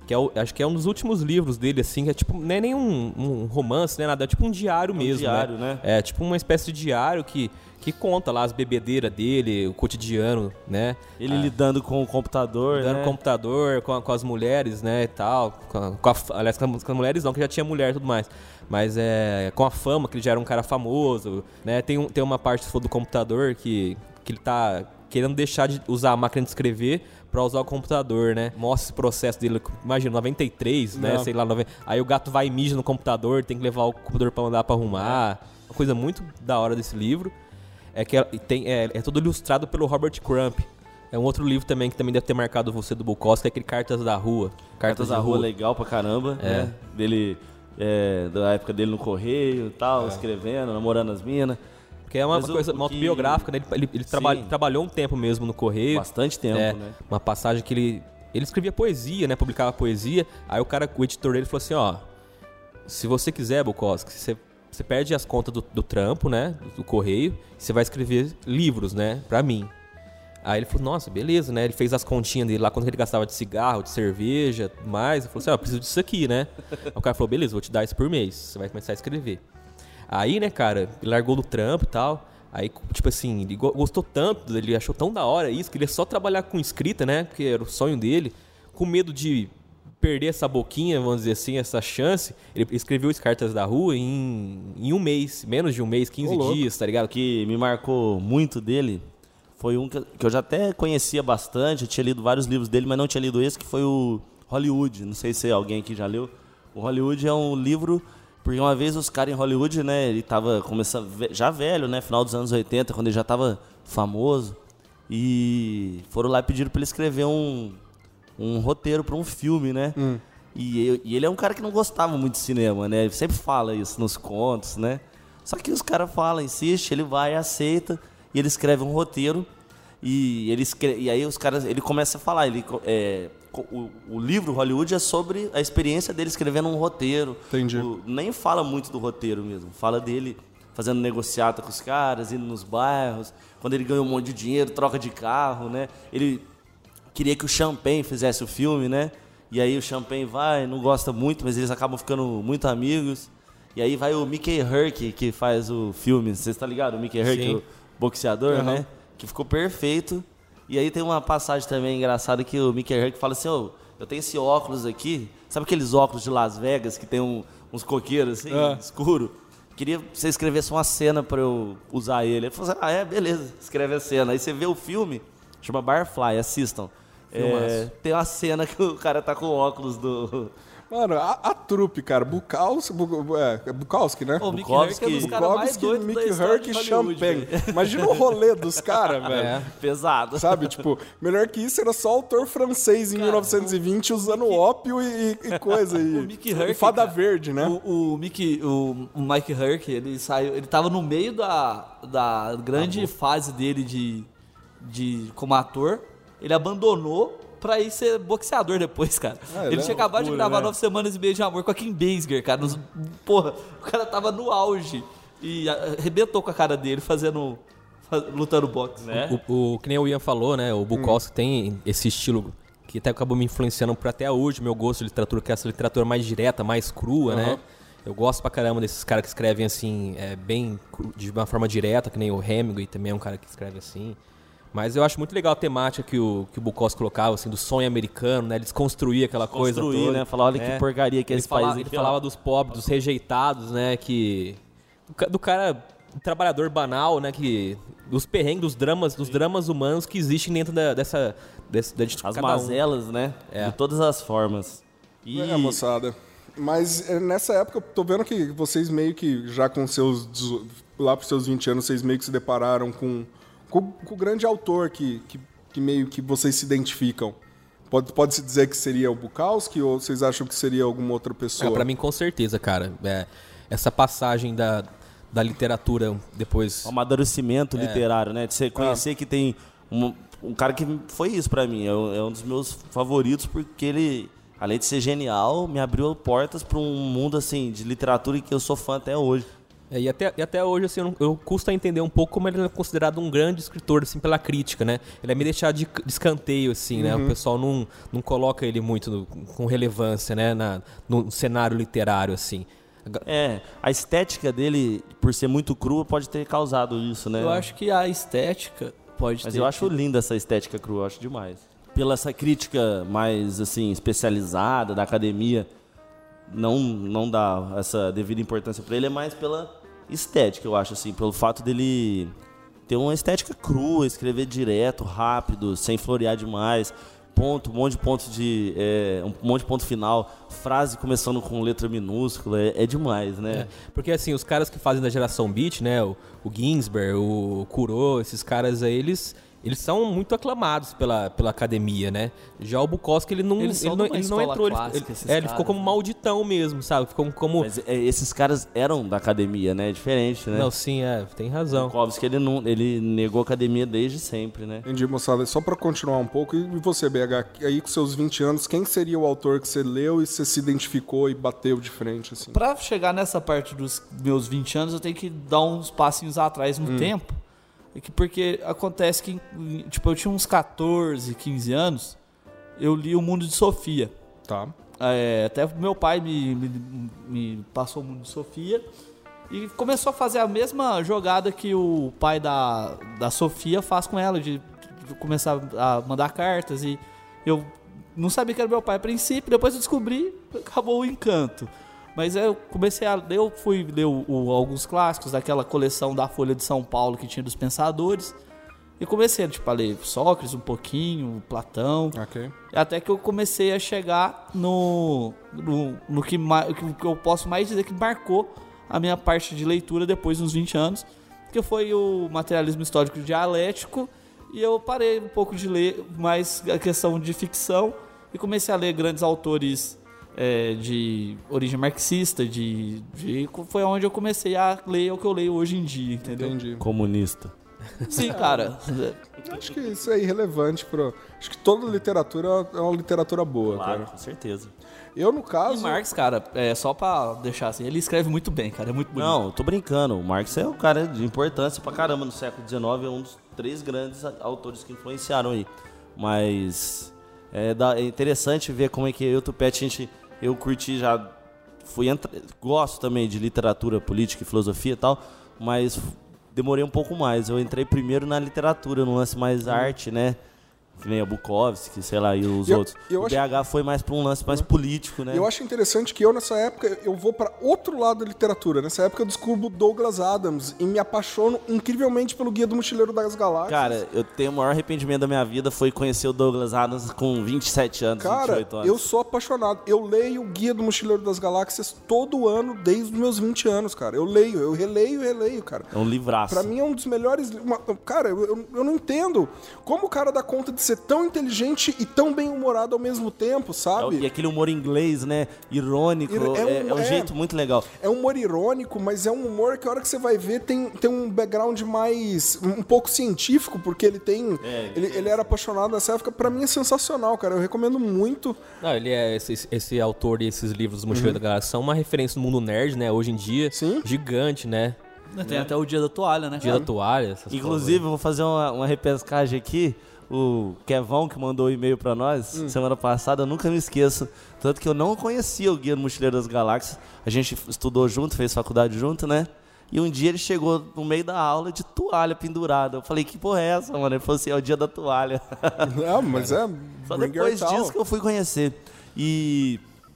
que é o, acho que é um dos últimos livros dele, assim, que é tipo, não é nem um, um romance, nem nada, é tipo um diário um mesmo, diário, né? né? É tipo uma espécie de diário que, que conta lá as bebedeiras dele, o cotidiano, né? Ele Ah, lidando com o computador, lidando né? com o computador, com, a- com as mulheres, né, e tal. Com a, com a, aliás, com, a, com as mulheres não, que já tinha mulher e tudo mais. Mas é com a fama, que ele já era um cara famoso, né? Tem, um, tem uma parte, se for do computador, que, que ele tá querendo deixar de usar a máquina de escrever pra usar o computador, né? Mostra esse processo dele, imagina, noventa e três, né? Não. Sei lá, noventa aí o gato vai e mija no computador, tem que levar o computador pra mandar pra arrumar. Uma coisa muito da hora desse livro é que é, tem, é, é todo ilustrado pelo Robert Crumb. É um outro livro também que também deve ter marcado você do Bukowski, que é aquele Cartas da Rua. Cartas da Rua, legal pra caramba, É. né? Dele, é, da época dele no Correio e tal, escrevendo, namorando as minas. Que é uma Mas o- coisa o uma que- autobiográfica, né? Ele, ele, ele traba- Sim. trabalhou um tempo mesmo no Correio. Bastante tempo, É, né? uma passagem que ele... Ele escrevia poesia, né? Publicava poesia. Aí o cara, o editor dele falou assim, ó... Se você quiser, Bukowski, você, você perde as contas do, do trampo, né? Do, do Correio. E você vai escrever livros, né? Pra mim. Aí ele falou, nossa, beleza, né? Ele fez as continhas dele lá, quanto que ele gastava de cigarro, de cerveja, tudo mais. Ele falou assim, ó, preciso disso aqui, né? Aí o cara falou, beleza, vou te dar isso por mês. Você vai começar a escrever. Aí, né, cara, ele largou do trampo e tal. Aí, tipo assim, ele go- gostou tanto, ele achou tão da hora isso, que ele ia só trabalhar com escrita, né? Porque era o sonho dele. Com medo de perder essa boquinha, vamos dizer assim, essa chance, ele escreveu as Cartas da Rua em, em um mês, menos de um mês, quinze Ô, louco. dias, tá ligado? O que me marcou muito dele foi um que que eu já até conhecia bastante, eu tinha lido vários livros dele, mas não tinha lido esse, que foi o Hollywood. Não sei se alguém aqui já leu. O Hollywood é um livro, porque uma vez os caras em Hollywood, né, ele tava começando, ve- já velho, né, final dos anos oitenta, quando ele já tava famoso, e foram lá e pediram pra ele escrever um, um roteiro pra um filme, né? E, eu- e ele é um cara que não gostava muito de cinema, né? Ele sempre fala isso nos contos, né? Só que os caras falam, insiste, ele vai, aceita, e ele escreve um roteiro. E, ele escre- e aí os caras, ele começa a falar, ele, co- é, co- o, o livro Hollywood é sobre a experiência dele escrevendo um roteiro. Entendi. O- nem fala muito do roteiro mesmo, fala dele fazendo negociata com os caras, indo nos bairros, quando ele ganha um monte de dinheiro, troca de carro, né? Ele queria que o Champagne fizesse o filme, né? E aí o Champagne vai, não gosta muito, mas eles acabam ficando muito amigos. E aí vai o Mickey Herc, que faz o filme, você está ligado? O Mickey Herc, Sim. o boxeador, Uhum. né? Que ficou perfeito. E aí tem uma passagem também engraçada que o Mickey Herc fala assim, ô, eu tenho esse óculos aqui, sabe aqueles óculos de Las Vegas que tem um- uns coqueiros assim, É. escuro? Queria que você escrevesse uma cena pra eu usar ele. Ele falou assim, ah, é, beleza, escreve a cena. Aí você vê o filme, chama Barfly, assistam. É, tem uma cena que o cara tá com o óculos do... Mano, a, a trupe, cara, Bukowski, Bu- é, é Bukowski, né? Ô, o Mickey Bukowski, Herc é um dos caras mais Bukowski, doidos da Mickey história Herc de e Hollywood, Champagne. velho. Imagina o rolê dos caras, velho. É. Pesado. Sabe, tipo, melhor que isso era só autor francês em mil novecentos e vinte usando ópio e, e coisa. E, O Mickey Herc, e fada cara, verde, né? O, o Mickey, o, o Mike Herc, ele saiu, ele tava no meio da, da grande fase dele de, de como ator. Ele abandonou pra ir ser boxeador depois, cara. Ah, ele ele tinha é acabado de loucura, gravar né? Nove Semanas e Meia de Amor com a Kim Basinger, cara. Nos- porra, o cara tava no auge. E arrebentou com a cara dele fazendo. fa- lutando boxe. Né? O, o que nem o Ian falou, né? O Bukowski tem esse estilo que até acabou me influenciando por até hoje, meu gosto de literatura, que é essa literatura mais direta, mais crua, né? Eu gosto pra caramba desses caras que escrevem assim, é, bem cru- de uma forma direta, que nem o Hemingway também é um cara que escreve assim. Mas eu acho muito legal a temática que o, que o Bukowski colocava, assim, do sonho americano, né? Desconstruir aquela coisa Construir, toda. né? Falar, olha que porcaria que é ele esse falava, país Ele aqui, ó. falava dos pobres, dos rejeitados, né? Que... Do, ca- do cara, do trabalhador banal, né? Que... Dos perrengues, dos dramas, dos dramas humanos que existem dentro da, dessa... desse, da, de As cada um. mazelas, né? É. De todas as formas. E É, moçada. Mas é, nessa época, eu tô vendo que vocês meio que, já com seus... dezo- lá pros seus vinte anos, vocês meio que se depararam com... Com, com o grande autor que, que, que meio que vocês se identificam. Pode, pode-se dizer que seria o Bukowski ou vocês acham que seria alguma outra pessoa? É, pra mim, com certeza, cara. É, essa passagem da, da literatura depois... o amadurecimento É. literário, né? De você conhecer que tem um, um cara que foi isso pra mim. É um, é um dos meus favoritos porque ele, além de ser genial, me abriu portas pra um mundo assim de literatura que eu sou fã até hoje. É, e, até, e até hoje, assim, eu, não, eu custo a entender um pouco como ele é considerado um grande escritor, assim, pela crítica, né? Ele é meio deixado de, de escanteio, assim, uhum. né? O pessoal não, não coloca ele muito no, com relevância, né? Na, no cenário literário, assim. É, a estética dele, por ser muito crua, pode ter causado isso, né? Eu acho que a estética pode Mas ter... eu acho linda essa estética crua, eu acho demais. Pela essa crítica mais, assim, especializada da academia, não, não dá essa devida importância pra ele, é mais pela estética, eu acho, assim, pelo fato dele ter uma estética crua, escrever direto, rápido, sem florear demais, ponto, um monte de pontos de... É, um monte de ponto final, frase começando com letra minúscula, é, é demais, né? É, porque, assim, os caras que fazem da geração Beat, né, o, o Ginsberg, o Kurow, esses caras aí, eles... Eles são muito aclamados pela, pela academia, né? Já o Bukowski, ele não, ele não, ele não entrou... Ele, ele, é, ele ficou como malditão mesmo, sabe? Ficou como... Mas é, esses caras eram da academia, né? É diferente, né? Não, sim, é, tem razão. O Bukowski, ele, não, ele negou a academia desde sempre, né? Entendi, moçada. Só pra continuar um pouco, e você, B H, aí com seus vinte anos, quem seria o autor que você leu e você se identificou e bateu de frente, assim? Pra chegar nessa parte dos meus vinte anos, eu tenho que dar uns passinhos atrás no hum. tempo. Porque acontece que, tipo, eu tinha uns catorze, quinze anos, eu li O Mundo de Sofia. Tá. É, até meu pai me, me, me passou O Mundo de Sofia e começou a fazer a mesma jogada que o pai da, da Sofia faz com ela, de, de começar a mandar cartas. E eu não sabia que era meu pai a princípio, depois eu descobri, acabou o encanto. Mas eu comecei a ler, eu fui ler o, o, alguns clássicos daquela coleção da Folha de São Paulo que tinha dos pensadores. E comecei tipo, a ler Sócrates um pouquinho, Platão. Okay. Até que eu comecei a chegar no, no, no que, que eu posso mais dizer que marcou a minha parte de leitura depois dos vinte anos. Que foi o Materialismo Histórico Dialético. E eu parei um pouco de ler mais a questão de ficção. E comecei a ler grandes autores... É, de origem marxista, de, de, foi onde eu comecei a ler o que eu leio hoje em dia, entendeu? Entendi. Comunista. Sim, cara. Acho que isso é irrelevante pro... Acho que toda literatura é uma literatura boa, claro, cara. Com certeza. Eu, no caso... E Marx, cara, é só pra deixar assim, ele escreve muito bem, cara, é muito bonito. Não, eu tô brincando. O Marx é um cara de importância pra caramba no século dezenove, é um dos três grandes autores que influenciaram aí. Mas é, é interessante ver como é que eu e o Tupete, a gente... Eu curti já, fui entra... gosto também de literatura, política e filosofia e tal, mas demorei um pouco mais. Eu entrei primeiro na literatura, no lance mais arte, né? Que nem a Bukowski, sei lá, e os eu, outros. Eu o acho... B H foi mais pra um lance mais político, né? Eu acho interessante que eu, nessa época, eu vou pra outro lado da literatura. Nessa época eu descubro Douglas Adams e me apaixono incrivelmente pelo Guia do Mochileiro das Galáxias. Cara, eu tenho o maior arrependimento da minha vida foi conhecer o Douglas Adams com vinte e sete anos, Cara, vinte e oito anos. eu sou apaixonado. Eu leio o Guia do Mochileiro das Galáxias todo ano, desde os meus vinte anos, cara. Eu leio, eu releio e releio, cara. É um livraço. Pra mim é um dos melhores... Uma... Cara, eu, eu, eu não entendo como o cara dá conta de ser tão inteligente e tão bem-humorado ao mesmo tempo, sabe? E aquele humor inglês, né? Irônico. É um, é, é um é, jeito muito legal. É um humor irônico, mas é um humor que a hora que você vai ver tem, tem um background mais... um pouco científico, porque ele tem... É, ele, ele era apaixonado nessa época. Pra mim é sensacional, cara. Eu recomendo muito. Não, ele é... Esse, esse autor e esses livros do Mochileiro uhum. da Galáxia são uma referência no mundo nerd, né? Hoje em dia. Sim. Gigante, né? Tem é. até o Dia da Toalha, né? Dia da Toalha. Essas Inclusive, eu vou fazer uma, uma repescagem aqui. O Kevão, que mandou o um e-mail pra nós hum. semana passada, eu nunca me esqueço. Tanto que eu não conhecia o Guia do Mochileiro das Galáxias. A gente estudou junto, fez faculdade junto, né? E um dia ele chegou no meio da aula de toalha pendurada. Eu falei, que porra é essa, mano? Ele falou assim, é o dia da toalha. Não, mas é... Só depois disso que eu fui conhecer. E...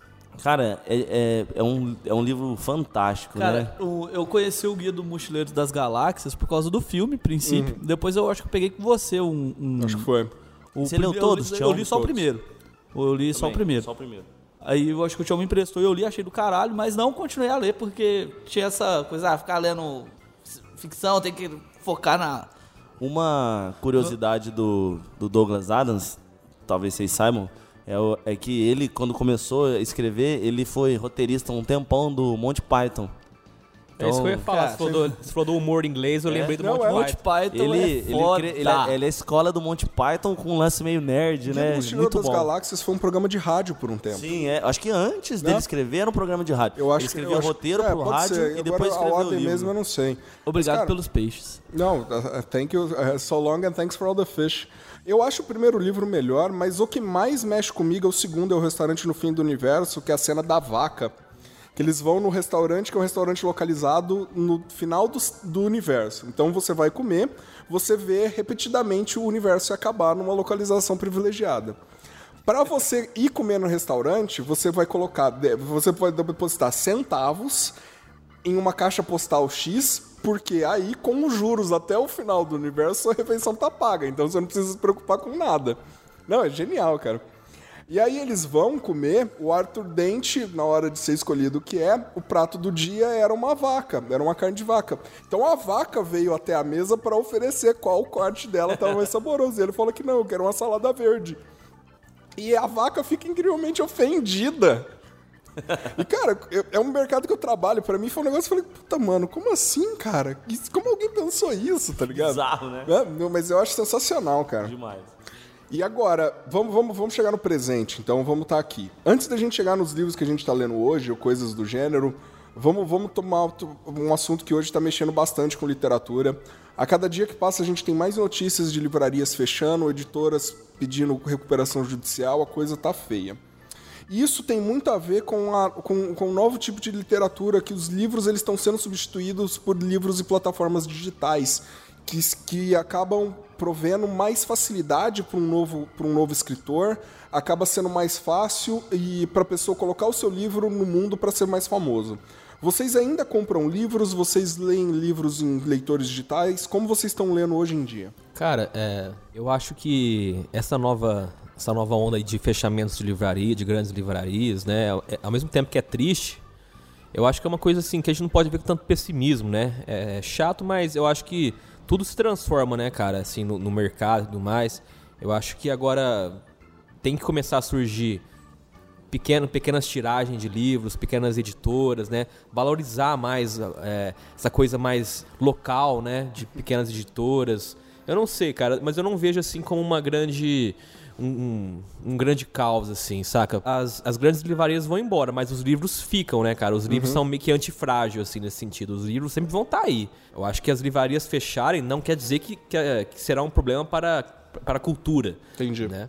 Cara, é, é, é, um, é um livro fantástico, cara, né? O, eu conheci o Guia do Mochileiro das Galáxias por causa do filme, em princípio. Uhum. Depois eu acho que eu peguei com você um... um acho que foi. O você leu todos? Eu li, eu li só todos. o primeiro. Eu li Também, só o primeiro. Só o primeiro. Aí eu acho que o Tião me emprestou e eu li, achei do caralho, mas não continuei a ler, porque tinha essa coisa, ah, ficar lendo ficção, tem que focar na... Uma curiosidade do, do Douglas Adams, talvez vocês saibam, É, o, é que ele, quando começou a escrever, ele foi roteirista um tempão do Monty Python. É isso que eu ia falar. cara, Você falou, do, você falou do humor inglês, eu lembrei do não, Monty é. Python. Monty Python Ele, é ele, foda. cre- ele, é, ele é a escola do Monty Python com um lance meio nerd, Guia né? do Mochileiro Muito das bom. Galáxias foi um programa de rádio por um tempo. Sim, é. Acho que antes Não. dele escrever era um programa de rádio. Eu acho ele que escrevia eu acho- roteiro é, pro pode rádio ser. e depois Agora, escreveu a o ordem livro. mesmo eu não sei. Obrigado Mas, cara, pelos peixes. Não, uh, uh, thank you, uh, so long and thanks for all the fish. Eu acho o primeiro livro melhor, mas o que mais mexe comigo é o segundo, é o Restaurante no Fim do Universo, que é a cena da vaca. Que eles vão no restaurante, que é um restaurante localizado no final do, do universo. Então você vai comer, você vê repetidamente o universo acabar numa localização privilegiada. Para você ir comer no restaurante, você vai colocar, você pode depositar centavos em uma caixa postal X, porque aí, com os juros até o final do universo, a refeição tá paga. Então você não precisa se preocupar com nada. Não, é genial, cara. E aí eles vão comer, o Arthur Dent, na hora de ser escolhido o que é, o prato do dia era uma vaca, era uma carne de vaca. Então a vaca veio até a mesa para oferecer qual corte dela estava mais saboroso. E ele falou que não, eu quero uma salada verde. E a vaca fica incrivelmente ofendida. E, cara, eu- é um mercado que eu trabalho, pra mim foi um negócio, eu falei, puta, mano, como assim, cara? Isso- como alguém pensou isso, tá ligado? Bizarro, né? É, não, mas eu acho sensacional, cara. Demais. E agora, vamos, vamos, vamos chegar no presente, então vamos estar aqui. Antes da gente chegar nos livros que a gente está lendo hoje, ou coisas do gênero, vamos, vamos tomar um assunto que hoje está mexendo bastante com literatura. A cada dia que passa, a gente tem mais notícias de livrarias fechando, editoras pedindo recuperação judicial, a coisa tá feia. E isso tem muito a ver com, a, com, com um novo tipo de literatura, que os livros eles estão sendo substituídos por livros e plataformas digitais, que, que acabam provendo mais facilidade para um novo, para um novo escritor, acaba sendo mais fácil e para a pessoa colocar o seu livro no mundo para ser mais famoso. Vocês ainda compram livros? Vocês leem livros em leitores digitais? Como vocês estão lendo hoje em dia? Cara, é, eu acho que essa nova, essa nova onda aí de fechamentos de livraria, de grandes livrarias, né, é- ao mesmo tempo que é triste, eu acho que é uma coisa assim que a gente não pode ver com tanto pessimismo, né? É chato, mas eu acho que tudo se transforma, né, cara, assim, no, no mercado e tudo mais. Eu acho que agora tem que começar a surgir pequeno, pequenas tiragens de livros, pequenas editoras, né? Valorizar mais é, essa coisa mais local, né? De pequenas editoras. Eu não sei, cara, mas eu não vejo assim como uma grande... Um, um, um grande caos, assim, saca? As, as grandes livrarias vão embora, mas os livros ficam, né, cara? Os livros são meio que antifrágil, assim, nesse sentido. Os livros sempre vão estar aí. Eu acho que as livrarias fecharem não quer dizer que, que, é- que será um problema para, para a cultura, Entendi. né?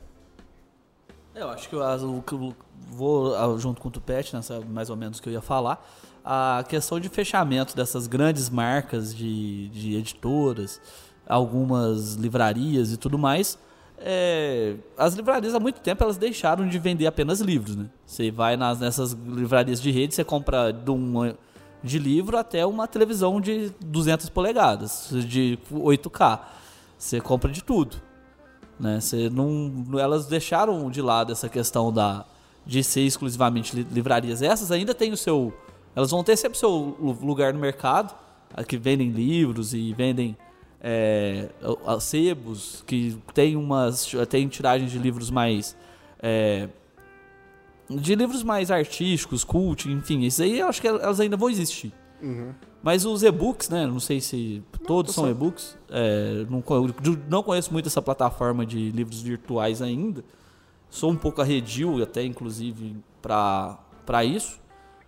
Eu acho que eu, as- o que eu vou, ah, junto com o Tupete, nessa mais ou menos o que eu ia falar, a questão de fechamento dessas grandes marcas de, de editoras, algumas livrarias e tudo mais. É, as livrarias há muito tempo elas deixaram de vender apenas livros, né? Você vai nas, nessas livrarias de rede, você compra de, um, de livro até uma televisão de duzentas polegadas, de oito K. Você compra de tudo, né? Você não, elas deixaram de lado essa questão da, de ser exclusivamente li- livrarias. Essas ainda têm o seu... Elas vão ter sempre o seu lu- lugar no mercado, a que vendem livros e vendem é, a- a- sebos, que tem umas tem tiragens de livros mais... é, de livros mais artísticos, cult, enfim. Isso aí eu acho que elas ainda vão existir. Mas os e-books, né? Não sei se todos são e-books. É, não, co- não conheço muito essa plataforma de livros virtuais ainda. Sou um pouco arredio, até inclusive, para isso.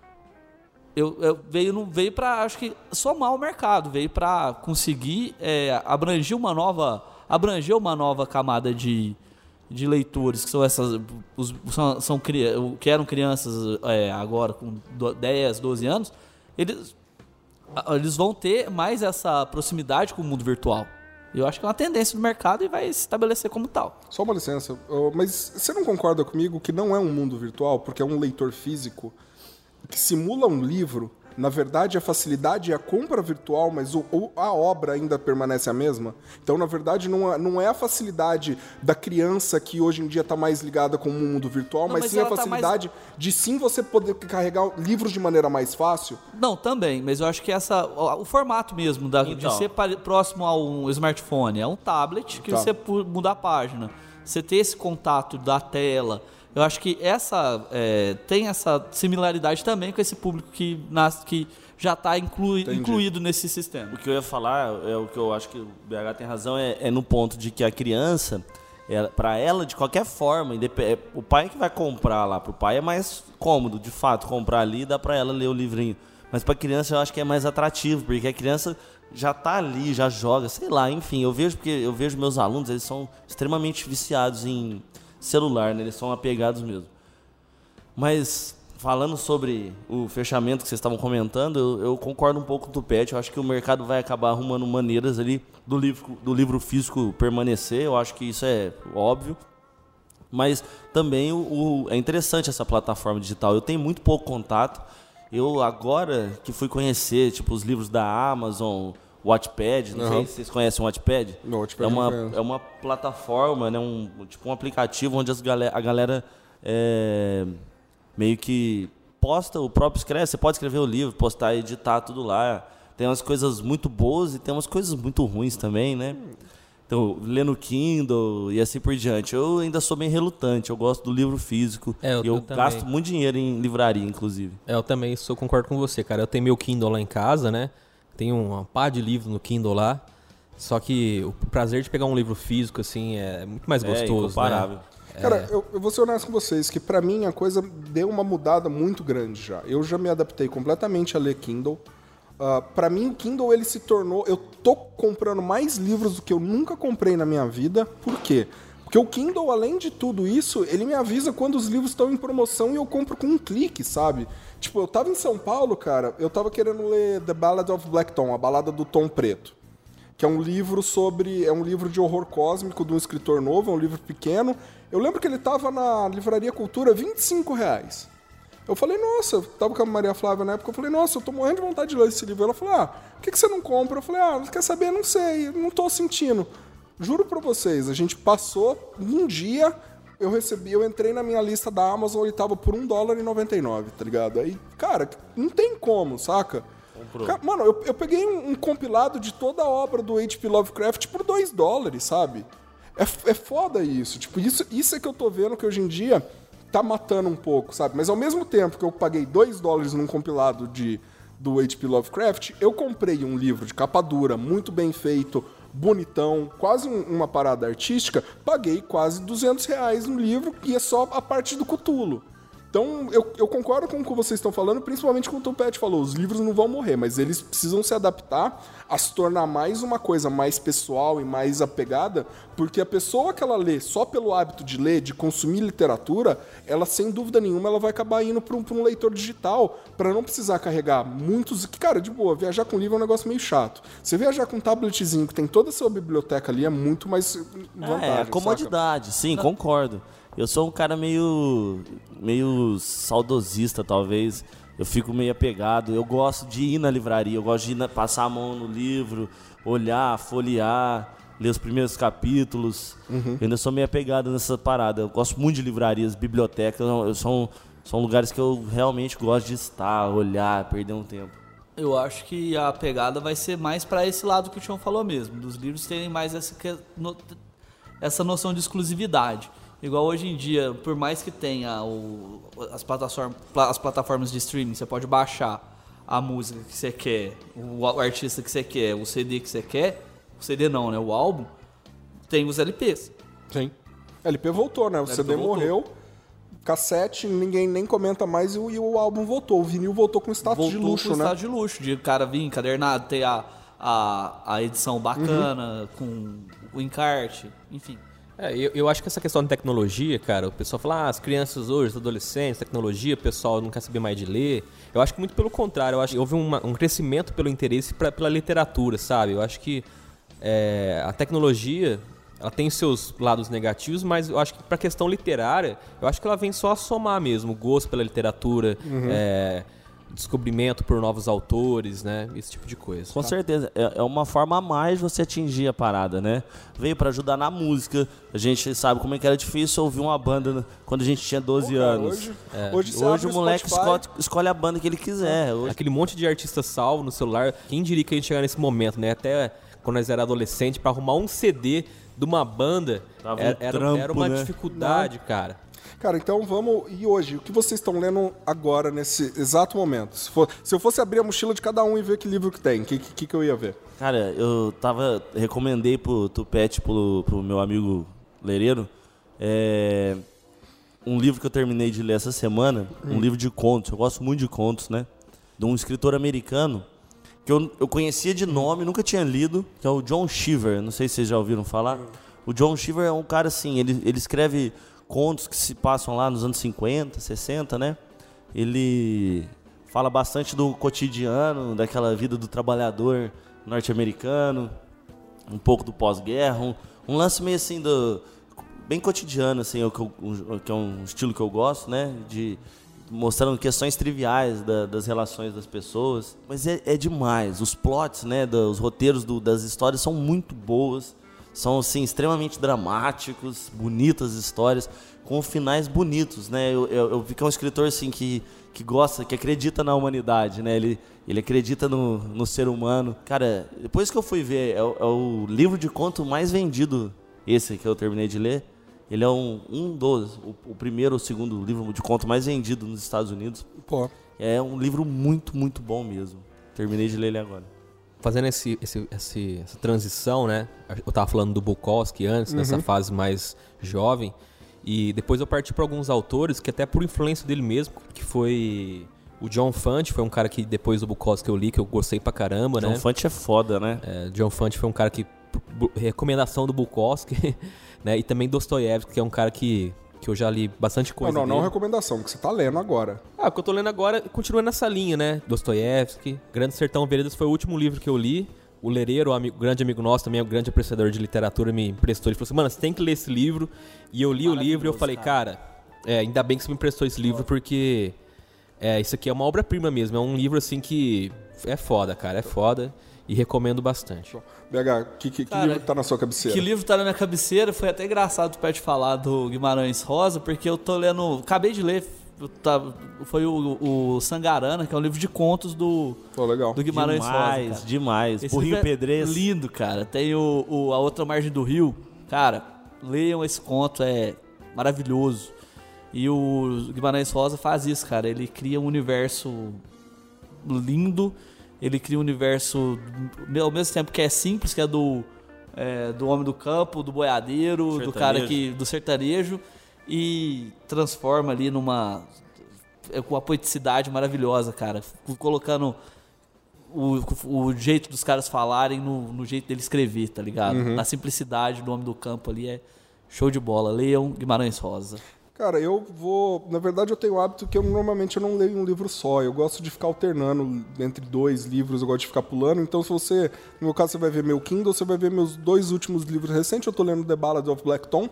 Eu, eu veio, não veio para, acho que, somar o mercado. Veio para conseguir é, abranger uma nova, abranger uma nova camada de, de leitores, que são essas, os, são, são cri- que eram crianças é, agora com do- dez, doze anos. Eles, a- eles vão ter mais essa proximidade com o mundo virtual. Eu acho que é uma tendência do mercado e vai se estabelecer como tal. Só uma licença, ô, mas você não concorda comigo que não é um mundo virtual, porque é um leitor físico que simula um livro? Na verdade, a facilidade é a compra virtual, mas o, o- a obra ainda permanece a mesma. Então, na verdade, não é, não é a facilidade da criança que hoje em dia está mais ligada com o mundo virtual, Não, mas, mas sim a ela tá facilidade de sim você poder carregar livros de maneira mais fácil. Não, também, mas eu acho que essa, o, o formato mesmo da, de Então. ser pare- próximo a um smartphone é um tablet que Tá. você pu- muda a página. Você ter esse contato da tela, Eu acho que essa é, tem essa similaridade também com esse público que, nasce, que já está inclui, incluído nesse sistema. O que eu ia falar, é o que eu acho que o B H tem razão, é, é no ponto de que a criança, para ela, de qualquer forma, o pai que vai comprar lá, para o pai é mais cômodo, de fato, comprar ali e dá para ela ler o livrinho. Mas para a criança eu acho que é mais atrativo, porque a criança já está ali, já joga, sei lá, enfim. Eu vejo porque eu vejo meus alunos, eles são extremamente viciados em celular, né? Eles são apegados mesmo. Mas falando sobre o fechamento que vocês estavam comentando, eu, eu concordo um pouco com o Tupete. Eu acho que o mercado vai acabar arrumando maneiras ali do livro, do livro físico permanecer. Eu acho que isso é óbvio. Mas também o, o, é interessante essa plataforma digital. Eu tenho muito pouco contato. Eu agora que fui conhecer tipo, os livros da Amazon, Wattpad, não uhum. sei se vocês conhecem o Wattpad. Não, Wattpad é, uma, é uma plataforma, né, um, tipo um aplicativo onde as galera, a galera é, meio que posta, o próprio escreve. Você pode escrever o livro, postar, editar tudo lá. Tem umas coisas muito boas e tem umas coisas muito ruins também, né? Então, ler no Kindle e assim por diante. Eu ainda sou bem relutante, eu gosto do livro físico. É, eu, e eu, eu gasto muito dinheiro em livraria, inclusive. É, eu também sou, concordo com você, cara. Eu tenho meu Kindle lá em casa, né? Tenho uma pá de livro no Kindle lá. Só que o prazer de pegar um livro físico, assim, é muito mais gostoso, é incomparável. Né? Cara, eu, eu vou ser honesto com vocês, que pra mim a coisa deu uma mudada muito grande já. Eu já me adaptei completamente a ler Kindle. Uh, pra mim o Kindle ele se tornou... Eu tô comprando mais livros do que eu nunca comprei na minha vida. Por quê? Porque o Kindle, além de tudo isso, ele me avisa quando os livros estão em promoção e eu compro com um clique, sabe? Tipo, eu tava em São Paulo, cara, eu tava querendo ler The Ballad of Black Tom, a balada do Tom Preto. Que é um livro sobre... É um livro de horror cósmico de um escritor novo, é um livro pequeno. Eu lembro que ele tava na Livraria Cultura, vinte e cinco reais. Eu falei, nossa, eu tava com a Maria Flávia na época, eu falei, nossa, eu tô morrendo de vontade de ler esse livro. Ela falou, ah, por que, que você não compra? Eu falei, ah, quer saber? Não sei, não tô sentindo. Juro pra vocês, a gente passou um dia, eu recebi, eu entrei na minha lista da Amazon, ele tava por um dólar e noventa e nove, tá ligado? Aí, cara, não tem como, saca? Cara, mano, eu, eu peguei um, um compilado de toda a obra do H P Lovecraft por dois dólares, sabe? É, é foda isso, tipo, isso, isso é que eu tô vendo que hoje em dia... tá matando um pouco, sabe? Mas ao mesmo tempo que eu paguei dois dólares num compilado de, do H P Lovecraft, eu comprei um livro de capa dura, muito bem feito, bonitão, quase um, uma parada artística, paguei quase duzentos reais no livro e é só a parte do Cthulhu. Então, eu, eu concordo com o que vocês estão falando, principalmente com o Tupete falou, os livros não vão morrer, mas eles precisam se adaptar a se tornar mais uma coisa mais pessoal e mais apegada, porque a pessoa que ela lê só pelo hábito de ler, de consumir literatura, ela, sem dúvida nenhuma, ela vai acabar indo para um, para um leitor digital, para não precisar carregar muitos... Cara, de boa, viajar com livro é um negócio meio chato. Você viajar com um tabletzinho que tem toda a sua biblioteca ali é muito mais vantagem, É, a comodidade, saca? Sim, concordo. Eu sou um cara meio, meio saudosista, talvez. Eu fico meio apegado. Eu gosto de ir na livraria, eu gosto de ir na, passar a mão no livro, olhar, folhear, ler os primeiros capítulos. Uhum. Eu ainda sou meio apegado nessa parada. Eu gosto muito de livrarias, bibliotecas. Eu, são, são lugares que eu realmente gosto de estar, olhar, perder um tempo. Eu acho que a pegada vai ser mais para esse lado que o Tião falou mesmo, dos livros terem mais essa, essa noção de exclusividade. Igual hoje em dia, por mais que tenha o, as, plataformas, as plataformas de streaming, você pode baixar a música que você quer, o, o artista que você quer, o C D que você quer, o C D não, né? O álbum, tem os L Ps. Sim. L P voltou, né? O C D morreu, cassete, ninguém nem comenta mais e o, e o álbum voltou. O vinil voltou com status voltou de luxo, com né? status de luxo, de cara vir encadernado, ter a, a, a edição bacana, uhum. com o encarte, enfim. É, eu, eu acho que essa questão de tecnologia, cara, o pessoal fala, ah, as crianças hoje, os adolescentes, tecnologia, o pessoal não quer saber mais de ler. Eu acho que muito pelo contrário, eu acho que houve uma, um crescimento pelo interesse pra, pela literatura, sabe? Eu acho que é, a tecnologia, ela tem seus lados negativos, mas eu acho que pra questão literária, eu acho que ela vem só a somar mesmo, o gosto pela literatura, uhum. é, descobrimento por novos autores, né? Esse tipo de coisa. Com certeza. É, é uma forma a mais de você atingir a parada, né? Veio pra ajudar na música. A gente sabe como é que era difícil ouvir uma banda quando a gente tinha doze Pô, cara, anos. Hoje, é. hoje, hoje o moleque escolhe, escolhe a banda que ele quiser. Hoje... Aquele monte de artista salvo no celular. Quem diria que a gente chegar nesse momento, né? Até quando nós era adolescente, pra arrumar um C D de uma banda Tava era, um era, trampo, era uma né? dificuldade, Não. cara. Cara, então vamos... E hoje, o que vocês estão lendo agora, nesse exato momento? Se, for, se eu fosse abrir a mochila de cada um e ver que livro que tem, o que, que, que eu ia ver? Cara, eu tava... Recomendei pro Tupete, pro, pro meu amigo Lereiro, é, um livro que eu terminei de ler essa semana, hum. um livro de contos. Eu gosto muito de contos, né? De um escritor americano que eu, eu conhecia de nome, nunca tinha lido, que é o John Cheever. Não sei se vocês já ouviram falar. Hum. O John Cheever é um cara assim, ele, ele escreve... contos que se passam lá nos anos cinquenta, sessenta, né? Ele fala bastante do cotidiano, daquela vida do trabalhador norte-americano, um pouco do pós-guerra, um, um lance meio assim, do, bem cotidiano, assim, o que, eu, o, que é um estilo que eu gosto, né? De, mostrando questões triviais da, das relações das pessoas. Mas é, é demais, os plots, né? Dos roteiros do, das histórias são muito boas. São, assim, extremamente dramáticos, bonitas histórias, com finais bonitos, né? Eu, eu, eu vi que é um escritor, assim, que, que gosta, que acredita na humanidade, né? Ele, ele acredita no, no ser humano. Cara, depois que eu fui ver, é o, é o livro de conto mais vendido, esse que eu terminei de ler. Ele é um, um dos, o, o primeiro ou segundo livro de conto mais vendido nos Estados Unidos. Pô. É um livro muito, muito bom mesmo. Terminei de ler ele agora. Fazendo esse, esse, esse, essa transição, né? Eu tava falando do Bukowski antes, uhum. nessa fase mais jovem. E depois eu parti para alguns autores que até por influência dele mesmo, que foi o John Fante, foi um cara que depois do Bukowski eu li, que eu gostei pra caramba, John né? John Fante é foda, né? É, John Fante foi um cara que... Recomendação do Bukowski, né? E também Dostoiévski, que é um cara que... que eu já li bastante coisa Não, não, dele. não recomendação, que você tá lendo agora. Ah, o que eu tô lendo agora continua nessa linha, né? Dostoiévski, Grande Sertão Veredas foi o último livro que eu li. O Lereiro, o amigo, grande amigo nosso, também é um grande apreciador de literatura, me emprestou. Ele falou assim, mano, você tem que ler esse livro. E eu li o livro e eu falei, cara, cara é, ainda bem que você me emprestou esse livro, porque é, isso aqui é uma obra-prima mesmo. É um livro, assim, que é foda, cara, é foda. E recomendo bastante. B H, que, que, Cara, que livro tá na sua cabeceira? Que livro tá na minha cabeceira? Foi até engraçado o Pet falar do Guimarães Rosa, porque eu tô lendo... Acabei de ler, tá, foi o, o Sangarana, que é um livro de contos do, oh, legal. do Guimarães demais, Rosa. Demais, demais. O Rio é Pedrez. Lindo, cara. Tem o, o, A Outra Margem do Rio. Cara, leiam esse conto, é maravilhoso. E o Guimarães Rosa faz isso, cara. Ele cria um universo lindo. Ele cria um universo, ao mesmo tempo que é simples, que é do, é, do homem do campo, do boiadeiro, sertanejo. do cara que do sertanejo, e transforma ali numa... com uma poeticidade maravilhosa, cara. Colocando o, o jeito dos caras falarem no, no jeito dele escrever, tá ligado? Uhum. Na simplicidade do homem do campo ali, é show de bola. Leiam Guimarães Rosa. Cara, eu vou... Na verdade, eu tenho o hábito que eu normalmente eu não leio um livro só. Eu gosto de ficar alternando entre dois livros, eu gosto de ficar pulando. Então, se você... No meu caso, você vai ver meu Kindle, você vai ver meus dois últimos livros recentes. Eu tô lendo The Ballad of Black Tom,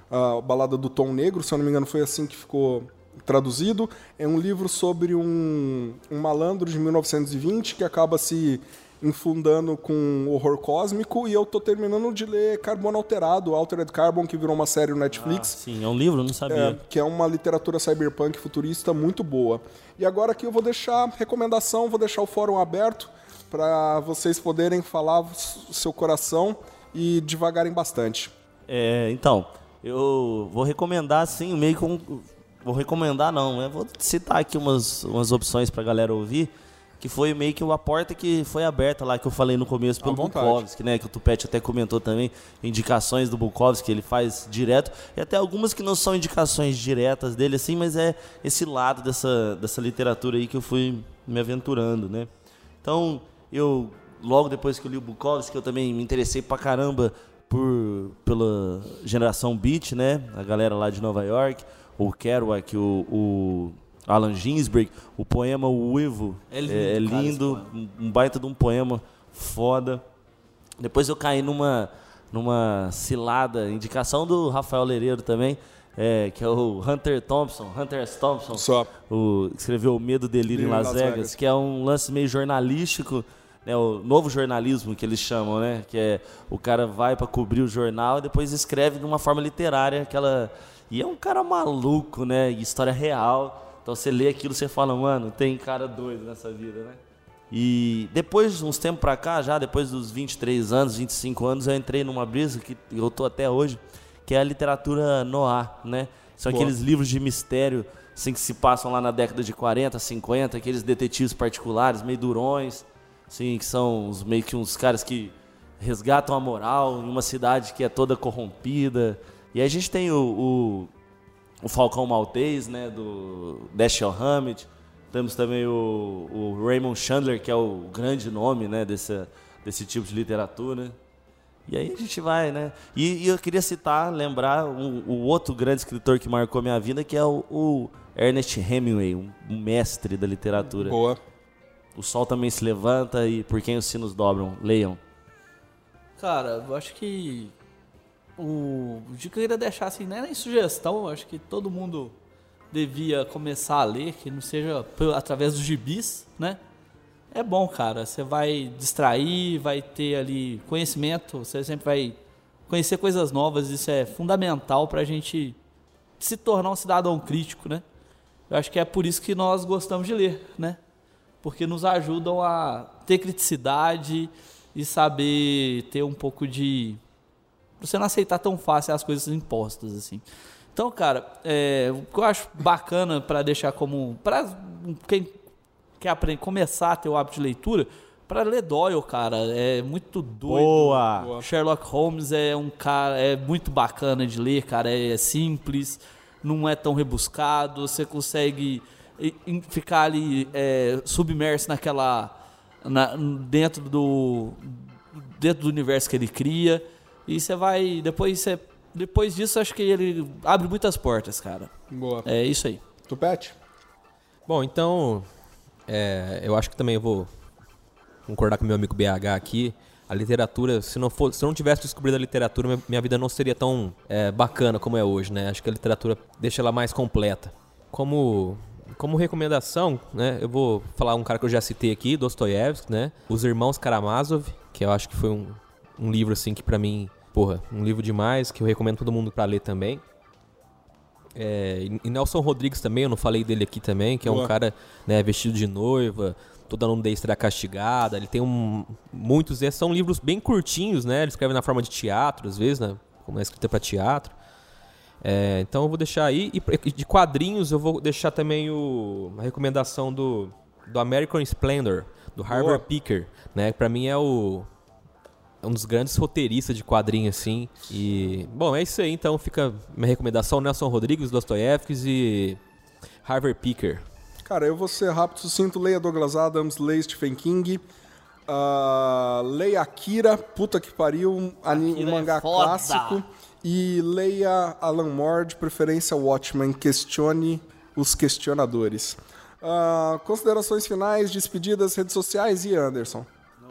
a Balada do Tom Negro, se eu não me engano foi assim que ficou traduzido. É um livro sobre um, um malandro de mil novecentos e vinte que acaba se infundando com horror cósmico, e eu tô terminando de ler Carbono Alterado, Altered Carbon, que virou uma série no Netflix. Ah, sim, é um livro, não sabia. É, que é uma literatura cyberpunk futurista muito boa. E agora aqui eu vou deixar recomendação, vou deixar o fórum aberto para vocês poderem falar o seu coração e devagarem bastante. É, então, eu vou recomendar, assim, meio com... Vou recomendar, não, eu vou citar aqui umas, umas opções pra galera ouvir, que foi meio que a porta que foi aberta lá, que eu falei no começo, pelo Bukowski, né? Que o Tupete até comentou também, indicações do Bukowski, que ele faz direto, e até algumas que não são indicações diretas dele, assim, mas é esse lado dessa, dessa literatura aí que eu fui me aventurando, né? Então, eu, logo depois que eu li o Bukowski, eu também me interessei pra caramba por, pela geração Beat, né? A galera lá de Nova York, o Kerouac, o... o Allen Ginsberg, o poema O Uivo é lindo, é, é lindo um baita de um poema foda. Depois eu caí numa, numa cilada, indicação do Rafael Lereiro também, é, que é o Hunter Thompson, Hunter S. Thompson, Só. O, que escreveu O Medo, Delírio em Las, Las Vegas, Vegas, que é um lance meio jornalístico, né, o novo jornalismo que eles chamam, né, que é o cara vai para cobrir o jornal e depois escreve de uma forma literária, aquela... E é um cara maluco, né, história real. Então você lê aquilo e você fala, mano, tem cara doido nessa vida, né? E depois de uns tempos pra cá, já depois dos vinte e três anos, vinte e cinco anos, eu entrei numa brisa que eu tô até hoje, que é a literatura noir, né? São Boa. aqueles livros de mistério assim, que se passam lá na década de quarenta, cinquenta, aqueles detetives particulares, meio durões, assim, que são os, meio que uns caras que resgatam a moral em uma cidade que é toda corrompida. E aí a gente tem o, o, o Falcão Maltês, né, do Dashiell Hammett. Temos também o, o Raymond Chandler, que é o grande nome, né, desse, desse tipo de literatura. E aí a gente vai, né? E, e eu queria citar, lembrar um, o outro grande escritor que marcou minha vida, que é o, o Ernest Hemingway, um, um mestre da literatura. Boa. O Sol Também Se Levanta e Por Quem os Sinos Dobram. Leiam. Cara, eu acho que o, o que eu queria deixar assim, não é nem sugestão, eu acho que todo mundo devia começar a ler, que não seja por- através dos gibis, né? É bom, cara, você vai distrair, vai ter ali conhecimento, você sempre vai conhecer coisas novas, isso é fundamental pra gente se tornar um cidadão crítico, né? Eu acho que é por isso que nós gostamos de ler, né? Porque nos ajudam a ter criticidade e saber ter um pouco de... você não aceitar tão fácil as coisas impostas, assim. Então, cara, é, o que eu acho bacana para deixar como... para quem quer aprender, começar a ter o hábito de leitura, para ler Doyle, cara, é muito doido. Boa! Sherlock Holmes é um cara, é muito bacana de ler, cara, é simples, não é tão rebuscado, você consegue e- e ficar ali é, submerso naquela, na- dentro do, dentro do universo que ele cria, e você vai, depois você, depois disso acho que ele abre muitas portas, cara. Boa. É isso aí. Tupete? Bom, então, é, eu acho que também eu vou concordar com meu amigo B H aqui. A literatura, se não, for, se eu não tivesse descobrido a literatura, minha, minha vida não seria tão é, bacana como é hoje, né? Acho que a literatura deixa ela mais completa. Como, como recomendação, né? Eu vou falar um cara que eu já citei aqui, Dostoiévski, né? Os Irmãos Karamazov, que eu acho que foi um, um livro, assim, que pra mim, porra, um livro demais, que eu recomendo todo mundo pra ler também. É, e Nelson Rodrigues também, eu não falei dele aqui também, que é Boa. um cara, né, vestido de noiva, toda nudez será castigada. Ele tem um, muitos desses, são livros bem curtinhos, né? Ele escreve na forma de teatro, às vezes, né? Como é escrita para teatro. É, então eu vou deixar aí. E pra- de quadrinhos eu vou deixar também o, a recomendação do, do American Splendor, do Harvard Boa. Picker, né? Pra mim é o é um dos grandes roteiristas de quadrinho, assim. E, bom, é isso aí. Então fica minha recomendação: Nelson Rodrigues, Dostoiévski e Harvard Picker. Cara, eu vou ser rápido, sucinto. Leia Douglas Adams, leia Stephen King. ah, leia Akira, puta que pariu, um, ani- um Akira é mangá foda. clássico. E leia Alan Moore, de preferência Watchmen. Questione os questionadores. Ah, considerações finais, despedidas, redes sociais e Anderson.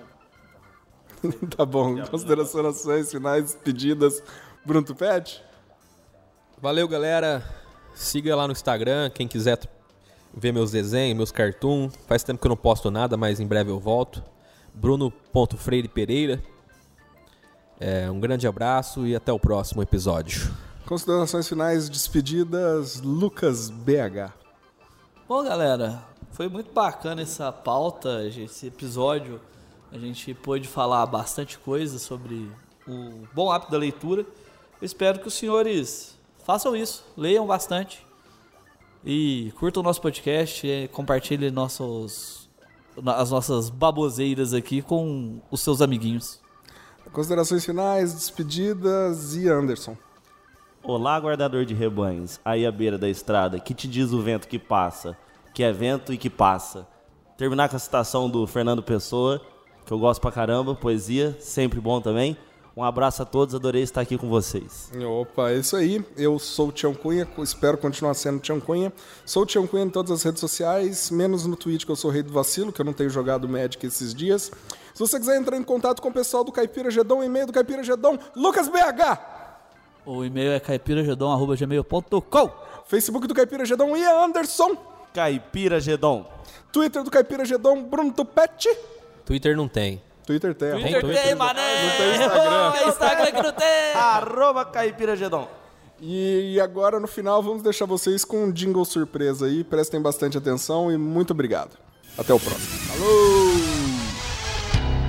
Tá bom, considerações finais, despedidas. Bruno Tupete? Valeu, galera. Siga lá no Instagram, quem quiser t- ver meus desenhos, meus cartoons. Faz tempo que eu não posto nada, mas em breve eu volto. Bruno ponto Freire Pereira. É, um grande abraço e até o próximo episódio. Considerações finais, despedidas, Lucas B H. Bom, galera, foi muito bacana essa pauta, esse episódio. A gente pôde falar bastante coisa sobre o bom hábito da leitura. Eu espero que os senhores façam isso, leiam bastante e curtam o nosso podcast e compartilhem nossos, as nossas baboseiras aqui com os seus amiguinhos. Considerações finais, despedidas e Anderson. Olá, guardador de rebanhos, aí à beira da estrada, que te diz o vento que passa, que é vento e que passa. Terminar com a citação do Fernando Pessoa, que eu gosto pra caramba, poesia, sempre bom também. Um abraço a todos, adorei estar aqui com vocês. Opa, é isso aí. Eu sou o Tião Cunha, espero continuar sendo Tião Cunha. Sou o Tião Cunha em todas as redes sociais, menos no Twitch, que eu sou o rei do vacilo, que eu não tenho jogado Magic esses dias. Se você quiser entrar em contato com o pessoal do Caipira Gedon, e-mail do Caipira Gedon, Lucas B H. O e-mail é caipiragedon arroba gmail ponto com. Facebook do Caipira Gedon e Anderson. Caipira Gedon. Twitter do Caipira Gedon, Bruno Tupete. Twitter não tem. Twitter tem. Tem arroba- Twitter? Tem, mané! Não tem Instagram. Ô, Instagram que não tem! Arroba Caipira Gedon. E agora, no final, vamos deixar vocês com um jingle surpresa aí. Prestem bastante atenção e muito obrigado. Até o próximo.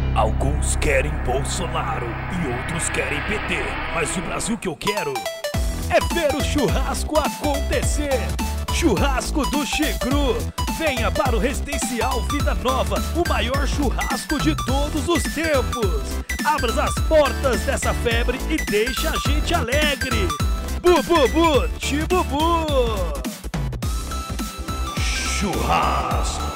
Alguns querem Bolsonaro e outros querem P T, mas o Brasil que eu quero é ver o churrasco acontecer. Churrasco do Chigru. Venha para o Residencial Vida Nova, o maior churrasco de todos os tempos. Abra as portas dessa febre e deixe a gente alegre. Bu, bu, bu, ti, bu, bu. Churrasco.